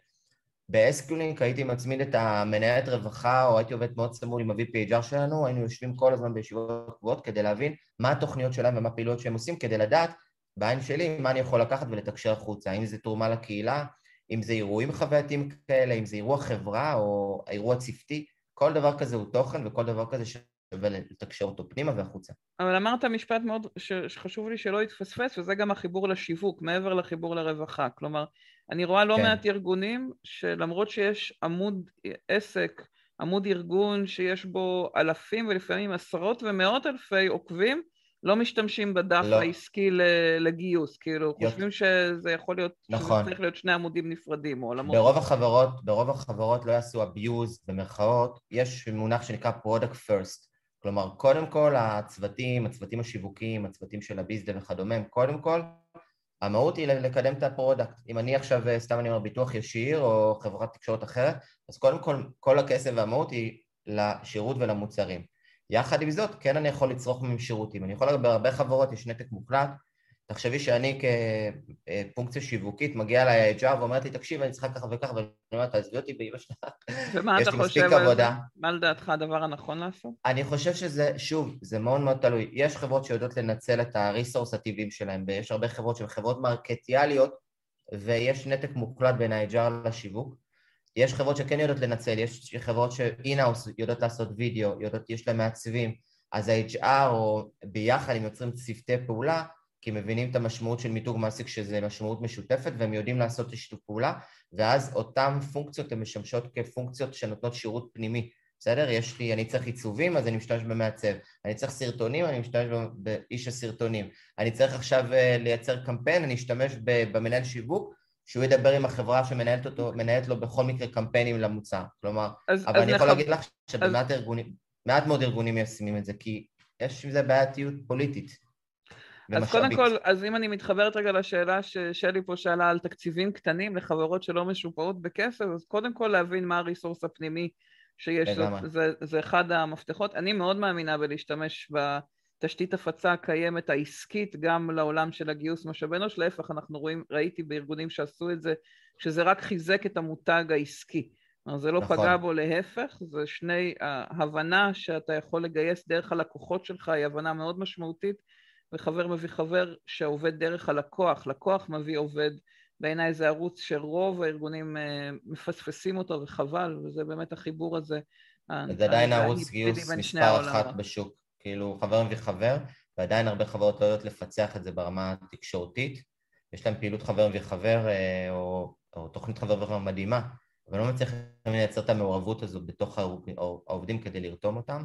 באסקיולינק הייתי מצמיד את המנהלת רווחה, או הייתי עובד מאוד צמוד עם ה-VP HR שלנו, היינו יושבים כל הזמן בישיבות קבועות כדי להבין מה התוכניות שלהם ומה הפעילויות שהם עושים, כדי לדעת בעין שלי מה אני יכול לקחת ולתקשר החוצה, אם זה תרומה לקהילה, אם זה אירועים חווייתיים כאלה, אם זה אירוע חברה או אירוע צוותי, כל דבר כזה הוא תוכן וכל דבר כזה שווה לתקשר אותו פנימה והחוצה. אבל אמרת משפט מאוד שחשוב לי שלא יתפספס, וזה גם החיבור לשיווק, מעבר לחיבור לרווחה. כלומר, אני רואה לא מעט ארגונים שלמרות שיש עמוד עסק, עמוד ארגון שיש בו אלפים ולפעמים עשרות ומאות אלפי עוקבים, לא משתמשים בדף העסקי לגיוס, כאילו חושבים שזה יכול להיות, שזה צריך להיות שני עמודים נפרדים או עולמות. ברוב החברות לא יעשו abuse במרכאות, יש מונח שנקרא product first, כלומר קודם כל הצוותים השיווקיים, הצוותים של הביזדה וכדומה, קודם כל המהות היא לקדם את הפרודקט. אם אני עכשיו, סתם אני אומר, ביטוח ישיר או חברת תקשורת אחרת, אז קודם כל הכסף והמהות היא לשירות ולמוצרים. יחד עם זאת, כן אני יכול לצרוך מהם שירותים. אני יכול להגיד, בהרבה חברות יש נתק מוחלט. תחשבי שאני כפונקציה שיווקית מגיע אליי ה-HR ואומרת לי, תקשיב, אני צריכה ככה וככה, ואני אומרת, תעזבי אותי באמא שלך, ומה אתה יש לי מספיק חושב על זה? עבודה. מה לדעתך הדבר הנכון לעשות? אני חושב שזה, שוב, זה מאוד מאוד תלוי. יש חברות שיודעות לנצל את הריסורס הטבעיים שלהם, ויש הרבה חברות שהן חברות מרקטיאליות, ויש נתק מוחלט בין ה-HR לשיווק. יש חברות שכן יודעות לנצל, יש חברות ש-in-house יודעות לעשות וידאו, יש להם מעצבים, אז ה-HR או ביחד הם יוצרים צוותי פעולה, כי מבינים את המשמעות של מיתוג מעסיק, שזה משמעות משותפת, והם יודעים לעשות שיתוף פעולה, ואז אותן פונקציות הן משמשות כפונקציות שנותנות שירות פנימי. בסדר? אני צריך עיצובים, אז אני משתמש במעצב. אני צריך סרטונים, אני משתמש באיש הסרטונים. אני צריך עכשיו לייצר קמפיין, אני אשתמש במנהל שיווק, שהוא ידבר עם החברה שמנהלת אותו, מנהלת לו בכל מקרה קמפיינים למוצר. כלומר, אבל אני יכול להגיד לך שבמעט ארגונים, מעט מאוד ארגונים מיישמים את זה, כי יש עם זה בעייתיות פוליטית אז קודם ומשאבית. כל, אז אם אני מתחברת רגע לשאלה ששלי פה שאלה על תקציבים קטנים לחברות שלא משופעות בכסף, אז קודם כל להבין מה הריסורס הפנימי שיש, לגמרי. זה אחד המפתחות. אני מאוד מאמינה בלהשתמש בתשתית הפצה הקיימת העסקית גם לעולם של הגיוס משאבי אנוש, להפך, ראיתי בארגונים שעשו את זה, שזה רק חיזק את המותג העסקי. זה לא נכון. פגע בו, להפך, זה ההבנה שאתה יכול לגייס דרך הלקוחות שלך, היא הבנה מאוד משמעותית, וחבר מביא חבר שעובד דרך הלקוח, לקוח מביא עובד, בעיניי זה ערוץ שרוב הארגונים מפספסים אותו וחבל, וזה באמת החיבור הזה, זה עדיין ערוץ ההיברידי גיוס בין שני מספר אחת העולמות. בשוק, כאילו חבר מביא חבר, ועדיין הרבה חברות לא יודעות לפצח את זה ברמה התקשורתית, יש להם פעילות חבר מביא חבר או תוכנית חבר מביא חבר מדהימה, אבל לא מצליחים לייצר את המעורבות הזו בתוך העובדים כדי לרתום אותם.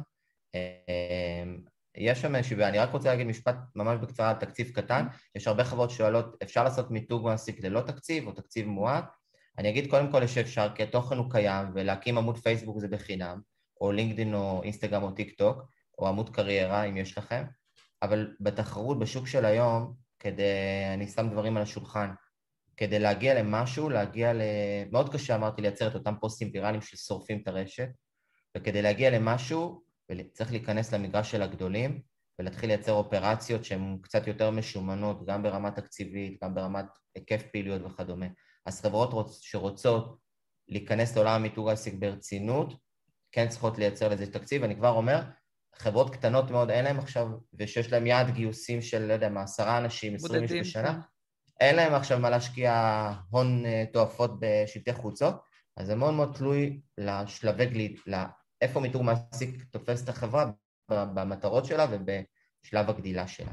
יש שם איזושהי, אני רק רוצה להגיד משפט ממש בקצרה על תקציב קטן, יש הרבה חברות שואלות, אפשר לעשות מיתוג מעסיק ללא תקציב או תקציב מועט? אני אגיד קודם כל שאפשר, כי התוכן הוא קיים, ולהקים עמוד פייסבוק זה בחינם, או לינקדין או אינסטגרם או טיק טוק, או עמוד קריירה אם יש לכם, אבל בתחרות בשוק של היום, אני שם דברים על השולחן, כדי להגיע למשהו, מאוד קשה אמרתי לייצר את אותם פוסטים ויראליים ששורפים את הרשת, וכדי להגיע למשהו, צריך להיכנס למגרש של הגדולים, ולהתחיל לייצר אופרציות שהן קצת יותר משומנות, גם ברמה תקציבית, גם ברמת היקף פעילויות וכדומה. אז חברות שרוצות להיכנס לעולם המיתוג העסק ברצינות, כן צריכות לייצר לזה תקציב. אני כבר אומר, חברות קטנות מאוד אין להם עכשיו, ושיש להם יעד גיוסים של, לא יודע מה, 10 אנשים, 20 איש בשנה, כן. אין להם עכשיו מה להשקיע הון תועפות בשלטי חוצות, אז זה מאוד מאוד תלוי לשלבי גליד, איפה מיתוג מעסיק תופס את החברה במטרות שלה ובשלב הגדילה שלה.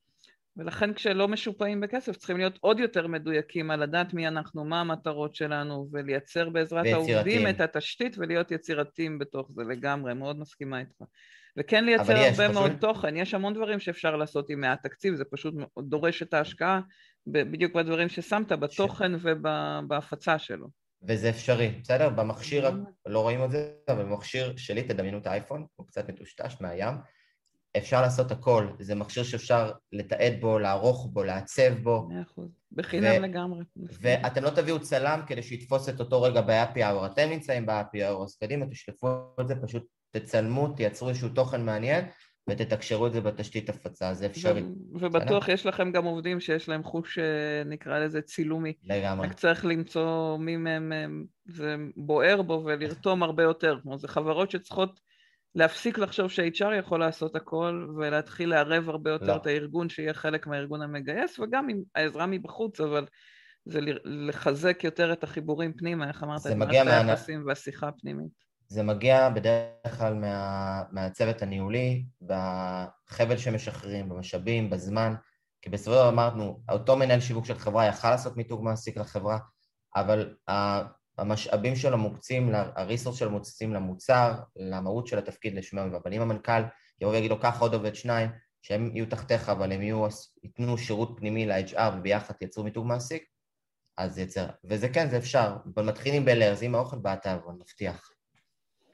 ולכן כשלא משופעים בכסף צריכים להיות עוד יותר מדויקים על לדעת מי אנחנו, מה המטרות שלנו, ולייצר בעזרת העובדים את התשתית ולהיות יצירתיים בתוך זה לגמרי, מאוד מסכימה איתך. וכן לייצר הרבה מאוד תוכן, יש המון דברים שאפשר לעשות עם מעט תקציב, זה פשוט דורש את ההשקעה בדיוק בדברים ששמת, בתוכן ובהפצה שלו. וזה אפשרי, בסדר? במכשיר, לא רואים את זה, אבל במכשיר שלי, תדמיינו את האייפון, הוא קצת מטושטש מהים, אפשר לעשות הכל, זה מכשיר שאפשר לתעד בו, לערוך בו, לעצב בו. 100%, בחינם לגמרי. ואתם לא תביאו צלם כדי שיתפוס את אותו רגע ב-happy hour, אתם נמצאים ב-happy hour, אז קדימה, תשלפו את זה, פשוט תצלמו, תייצרו איזשהו תוכן מעניין, ותתקשרו את זה בתשתית הפצה, זה אפשרי. ובטוח יש לכם גם עובדים שיש להם חוש, נקרא לזה צילומי. לגמרי. רק צריך למצוא מי מהם זה בוער בו ולרתום הרבה יותר, כמו זה חברות שצריכות להפסיק לחשוב ש-HR יכול לעשות הכל, ולהתחיל לערב הרבה יותר את הארגון, שיהיה חלק מהארגון המגייס, וגם עם העזרה מבחוץ, אבל זה לחזק יותר את החיבורים פנימה, איך אמרת, את מערכת היחסים והשיחה הפנימית. זה מגיע בדרך כלל מהצוות הניהולי, בחבל שמשחררים, במשאבים, בזמן, כי בסופו של דבר אמרנו, אותו מנהל שיווק של חברה יכל לעשות מיתוג מעסיק לחברה, אבל המשאבים שלו מוקצים, הריסורס שלו מוקצים למוצר, למהות של התפקיד לשמם, אבל אם המנכ"ל יבוא ויגיד לו ככה עוד עובד 2, שהם יהיו תחתיך, אבל הם ייתנו שירות פנימי ל-HR וביחד יצרו מיתוג מעסיק, אז זה יצר. וזה כן, זה אפשר, אבל מתחילים בלרז, עם האוכל באתר, אני מבטיח.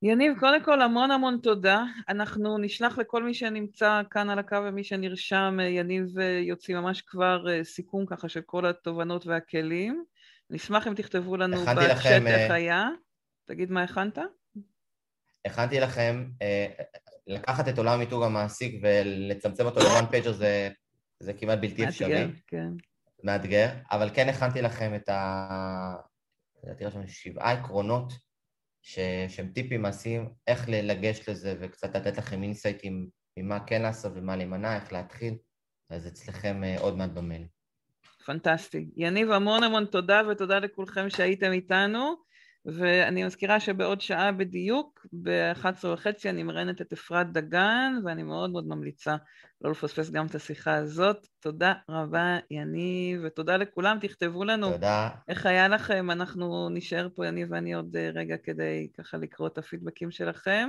יניב, קודם כל המון המון תודה. אנחנו נשלח לכל מי שנמצא כאן על הקו ומי שנרשם, יניב יוציא ממש כבר סיכום ככה של כל התובנות והכלים. נשמח אם תכתבו לנו הכנתי לכם, בצ'אט איך היה. תגיד מה הכנת? הכנתי לכם לקחת את עולם מיתוג המעסיק ולצמצם אותו ל-one pager זה כמעט בלתי מאתגר, אפשרי. כן. מאתגר, אבל כן הכנתי לכם את לדעתי רשום 7 עקרונות שהם טיפים מעשיים, איך לגשת לזה וקצת לתת לכם אינסייטים ממה כן לעשות ומה להימנע, איך להתחיל, אז אצלכם עוד מעט במייל. פנטסטי. יניב, המון המון תודה, ותודה לכולכם שהייתם איתנו, ואני מזכירה שבעוד שעה בדיוק, ב-11:30 אני מראיינת את אפרת דגן, ואני מאוד מאוד ממליצה לא לפספס גם את השיחה הזאת. תודה רבה, יניב, ותודה לכולם. תכתבו לנו תודה. איך היה לכם. אנחנו נשאר פה, יניב ואני, עוד רגע כדי ככה לקרוא את הפידבקים שלכם.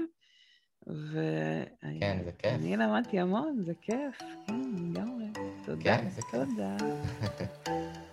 כן, זה כיף. ואני למדתי המון, זה כיף. כן, לגמרי. תודה, כן, זה כיף. תודה.